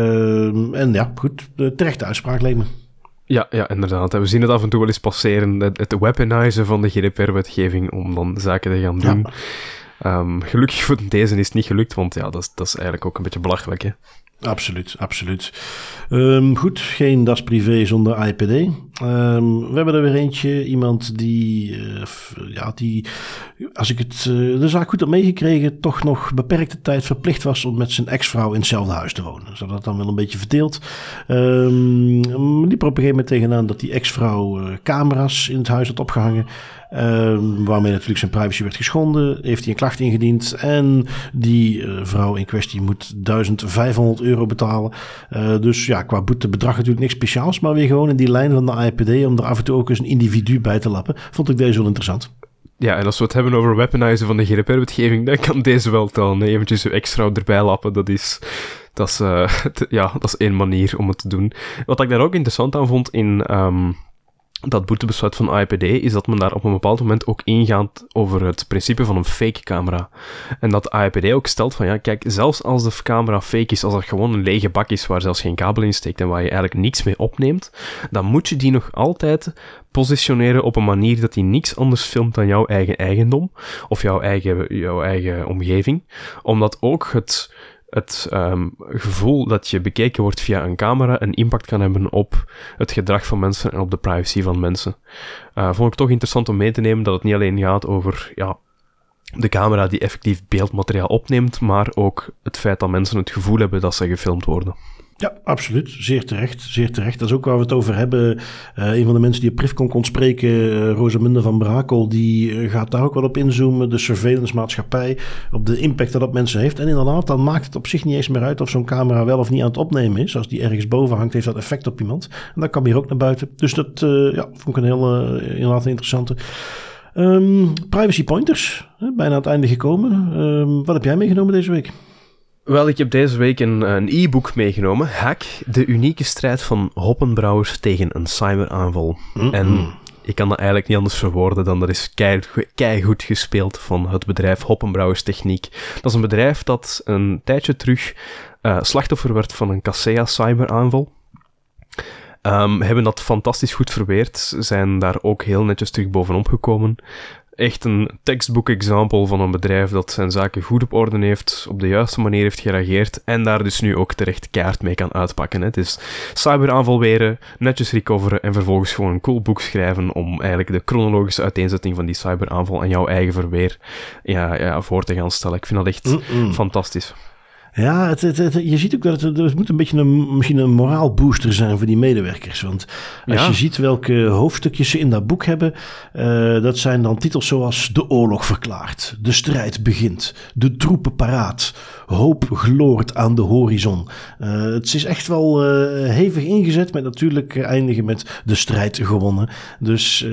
En ja, goed, terechte uitspraak leek me. Ja, inderdaad. We zien het af en toe wel eens passeren, het weaponizen van de GDPR-wetgeving om dan zaken te gaan doen. Ja. Gelukkig voor deze is het niet gelukt, want dat is eigenlijk ook een beetje belachelijk, hè. Absoluut. Goed, geen das privé zonder IPD. We hebben er weer eentje. Iemand die, als ik de zaak goed heb meegekregen, toch nog beperkte tijd verplicht was om met zijn ex-vrouw in hetzelfde huis te wonen. Ze had dat dan wel een beetje verdeeld. Liep er op een gegeven moment tegenaan dat die ex-vrouw camera's in het huis had opgehangen. Waarmee natuurlijk zijn privacy werd geschonden. Heeft hij een klacht ingediend. En die vrouw in kwestie moet €1.500 betalen. Dus ja, qua boetebedrag natuurlijk niks speciaals. Maar weer gewoon in die lijn van de AIPD. Om er af en toe ook eens een individu bij te lappen. Vond ik deze wel interessant. Ja, en als we het hebben over weaponizen van de GDPR-wetgeving, dan kan deze wel tellen. Nee, eventjes uw ex-vrouw erbij lappen, dat is één manier om het te doen. Wat ik daar ook interessant aan vond in dat boetebesluit van AIPD is dat men daar op een bepaald moment ook ingaat over het principe van een fake camera. En dat de AIPD ook stelt van, ja, kijk, zelfs als de camera fake is, als dat gewoon een lege bak is waar zelfs geen kabel in steekt en waar je eigenlijk niks mee opneemt, dan moet je die nog altijd positioneren op een manier dat die niks anders filmt dan jouw eigen eigendom of jouw eigen omgeving. Omdat ook het gevoel dat je bekeken wordt via een camera een impact kan hebben op het gedrag van mensen en op de privacy van mensen. Vond ik toch interessant om mee te nemen dat het niet alleen gaat over de camera die effectief beeldmateriaal opneemt, maar ook het feit dat mensen het gevoel hebben dat ze gefilmd worden. Ja, absoluut. Zeer terecht. Zeer terecht. Dat is ook waar we het over hebben. Een van de mensen die op Privcon kon spreken, Rosamunde van Brakel, die gaat daar ook wel op inzoomen. De surveillance maatschappij, op de impact dat op mensen heeft. En inderdaad, dan maakt het op zich niet eens meer uit of zo'n camera wel of niet aan het opnemen is. Als die ergens boven hangt, heeft dat effect op iemand. En dat kan hier ook naar buiten. Dus dat vond ik een heel inderdaad interessante. Privacy pointers. Bijna aan het einde gekomen. Wat heb jij meegenomen deze week? Wel, ik heb deze week een e-book meegenomen. Hack, de unieke strijd van hoppenbrouwers tegen een cyberaanval. En ik kan dat eigenlijk niet anders verwoorden dan dat is keigoed gespeeld van het bedrijf Hoppenbrouwers Techniek. Dat is een bedrijf dat een tijdje terug slachtoffer werd van een Kaseya-cyberaanval. Hebben dat fantastisch goed verweerd, zijn daar ook heel netjes terug bovenop gekomen. Echt een textbook-example van een bedrijf dat zijn zaken goed op orde heeft, op de juiste manier heeft gereageerd en daar dus nu ook terecht keihard mee kan uitpakken. Hè. Het is cyberaanval weren, netjes recoveren en vervolgens gewoon een cool boek schrijven om eigenlijk de chronologische uiteenzetting van die cyberaanval en jouw eigen verweer voor te gaan stellen. Ik vind dat echt fantastisch. Ja, je ziet ook dat het moet een beetje misschien een moraalbooster zijn voor die medewerkers. Want als je ziet welke hoofdstukjes ze in dat boek hebben, dat zijn dan titels zoals de oorlog verklaard, de strijd begint, de troepen paraat, hoop gloort aan de horizon. Het is echt wel hevig ingezet, met natuurlijk eindigen met de strijd gewonnen. Dus,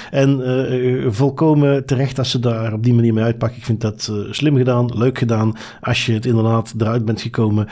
volkomen terecht als ze daar op die manier mee uitpakken. Ik vind dat slim gedaan, leuk gedaan. Als je het inderdaad eruit bent gekomen,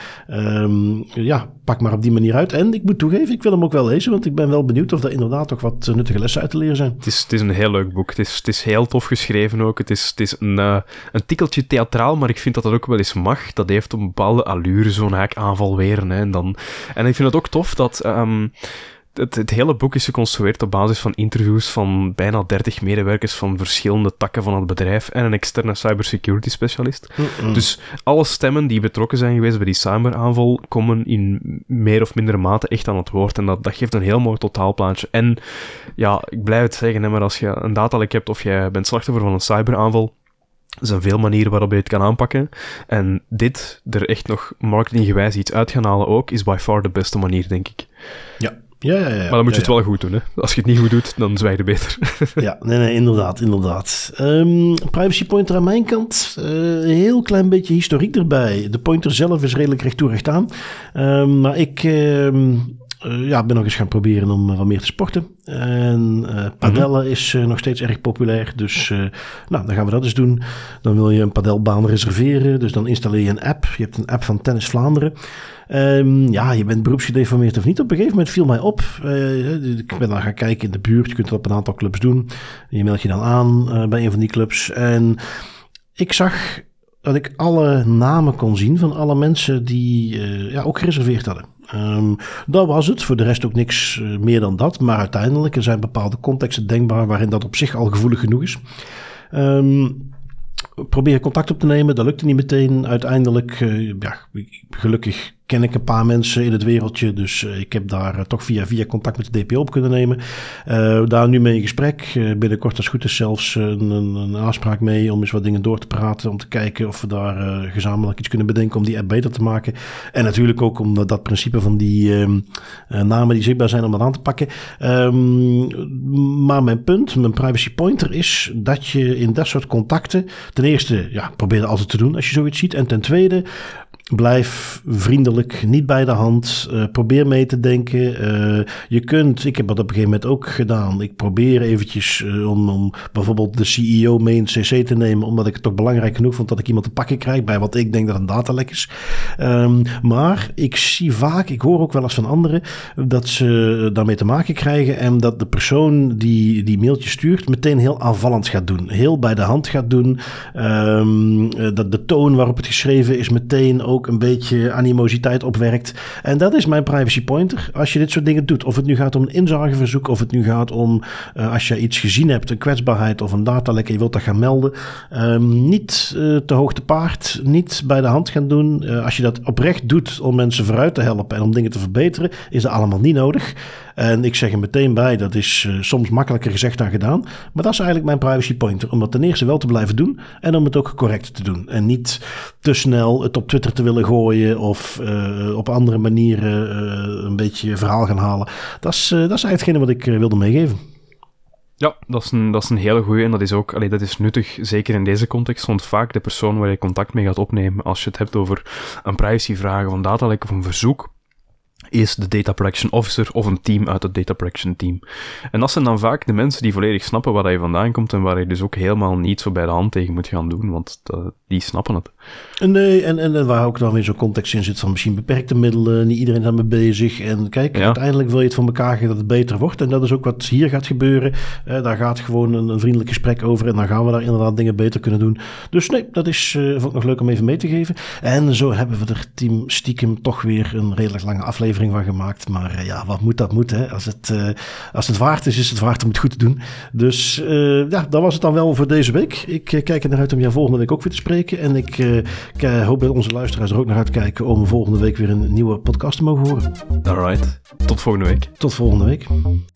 pak maar op die manier uit. En ik moet toegeven, ik wil hem ook wel lezen, want ik ben wel benieuwd of er inderdaad toch wat nuttige lessen uit te leren zijn. Het is een heel leuk boek. Het is heel tof geschreven ook. Het is een tikkeltje theatraal, maar ik vind dat ook wel eens mag. Dat heeft een bepaalde allure, zo'n haakaanval weer. Hè. En ik vind het ook tof dat het hele boek is geconstrueerd op basis van interviews van bijna 30 medewerkers van verschillende takken van het bedrijf en een externe cybersecurity specialist. Dus alle stemmen die betrokken zijn geweest bij die cyberaanval komen in meer of mindere mate echt aan het woord. En dat geeft een heel mooi totaalplaatje. En ja, ik blijf het zeggen, hè, maar als je een datalek hebt of jij bent slachtoffer van een cyberaanval, er zijn veel manieren waarop je het kan aanpakken. En dit, er echt nog marketinggewijs iets uit gaan halen ook, is by far de beste manier, denk ik. Ja. Maar dan moet je het wel goed doen, hè. Als je het niet goed doet, dan zwijg je beter. Ja, nee, inderdaad. Privacy pointer aan mijn kant. Een heel klein beetje historiek erbij. De pointer zelf is redelijk recht toe recht aan. Maar ik ben nog eens gaan proberen om wat meer te sporten. En padellen is nog steeds erg populair. Dus dan gaan we dat eens doen. Dan wil je een padelbaan reserveren. Dus dan installeer je een app. Je hebt een app van Tennis Vlaanderen. Je bent beroepsgedeformeerd of niet. Op een gegeven moment viel mij op. Ik ben dan gaan kijken in de buurt. Je kunt dat op een aantal clubs doen. Je meldt je dan aan bij een van die clubs. En ik zag dat ik alle namen kon zien van alle mensen die ook gereserveerd hadden. Dat was het. Voor de rest ook niks meer dan dat. Maar uiteindelijk, er zijn bepaalde contexten denkbaar waarin dat op zich al gevoelig genoeg is. Probeer contact op te nemen. Dat lukte niet meteen. Uiteindelijk, gelukkig ken ik een paar mensen in het wereldje. Dus ik heb daar toch via contact met de DPO op kunnen nemen. Daar nu mee in gesprek. Binnenkort als het goed is zelfs een afspraak mee om eens wat dingen door te praten. Om te kijken of we daar gezamenlijk iets kunnen bedenken om die app beter te maken. En natuurlijk ook om dat principe van die namen die zichtbaar zijn om dat aan te pakken. Maar mijn privacy pointer is dat je in dat soort contacten ten eerste probeer dat altijd te doen als je zoiets ziet. En ten tweede, Blijf vriendelijk, niet bij de hand. Probeer mee te denken. Ik heb dat op een gegeven moment ook gedaan. Ik probeer eventjes om bijvoorbeeld de CEO mee in het cc te nemen, omdat ik het toch belangrijk genoeg vond dat ik iemand te pakken krijg bij wat ik denk dat een datalek is. Maar ik zie vaak, ik hoor ook wel eens van anderen, dat ze daarmee te maken krijgen en dat de persoon die mailtje stuurt meteen heel aanvallend gaat doen. Heel bij de hand gaat doen. Dat de toon waarop het geschreven is meteen ook een beetje animositeit opwerkt. En dat is mijn privacy pointer. Als je dit soort dingen doet, of het nu gaat om een inzageverzoek, of het nu gaat om als je iets gezien hebt, een kwetsbaarheid of een datalek en je wilt dat gaan melden, niet te hoog te paard, niet bij de hand gaan doen. Als je dat oprecht doet om mensen vooruit te helpen en om dingen te verbeteren, is dat allemaal niet nodig. En ik zeg er meteen bij, dat is soms makkelijker gezegd dan gedaan. Maar dat is eigenlijk mijn privacy pointer. Om dat ten eerste wel te blijven doen en om het ook correct te doen. En niet te snel het op Twitter te willen gooien of op andere manieren een beetje verhaal gaan halen. Dat is eigenlijk hetgene wat ik wilde meegeven. Ja, dat is een hele goeie en dat is ook, dat is nuttig, zeker in deze context, want vaak de persoon waar je contact mee gaat opnemen, als je het hebt over een privacyvraag of een datalek of een verzoek, is de Data Protection Officer of een team uit het Data Protection team. En dat zijn dan vaak de mensen die volledig snappen waar je vandaan komt en waar je dus ook helemaal niet zo bij de hand tegen moet gaan doen, want die snappen het. Nee, en waar ook dan weer zo'n context in zit van misschien beperkte middelen, niet iedereen is daarmee bezig. En kijk, uiteindelijk wil je het voor elkaar krijgen dat het beter wordt. En dat is ook wat hier gaat gebeuren. Daar gaat gewoon een vriendelijk gesprek over en dan gaan we daar inderdaad dingen beter kunnen doen. Dus nee, dat is vond ik nog leuk om even mee te geven. En zo hebben we er team stiekem toch weer een redelijk lange aflevering van gemaakt. Maar wat moet dat moet, hè? Als het waard is het waard om het goed te doen. Dus dat was het dan wel voor deze week. Ik kijk er naar uit om jou volgende week ook weer te spreken. En ik hoop dat onze luisteraars er ook naar uitkijken om volgende week weer een nieuwe podcast te mogen horen. Alright. Tot volgende week. Tot volgende week.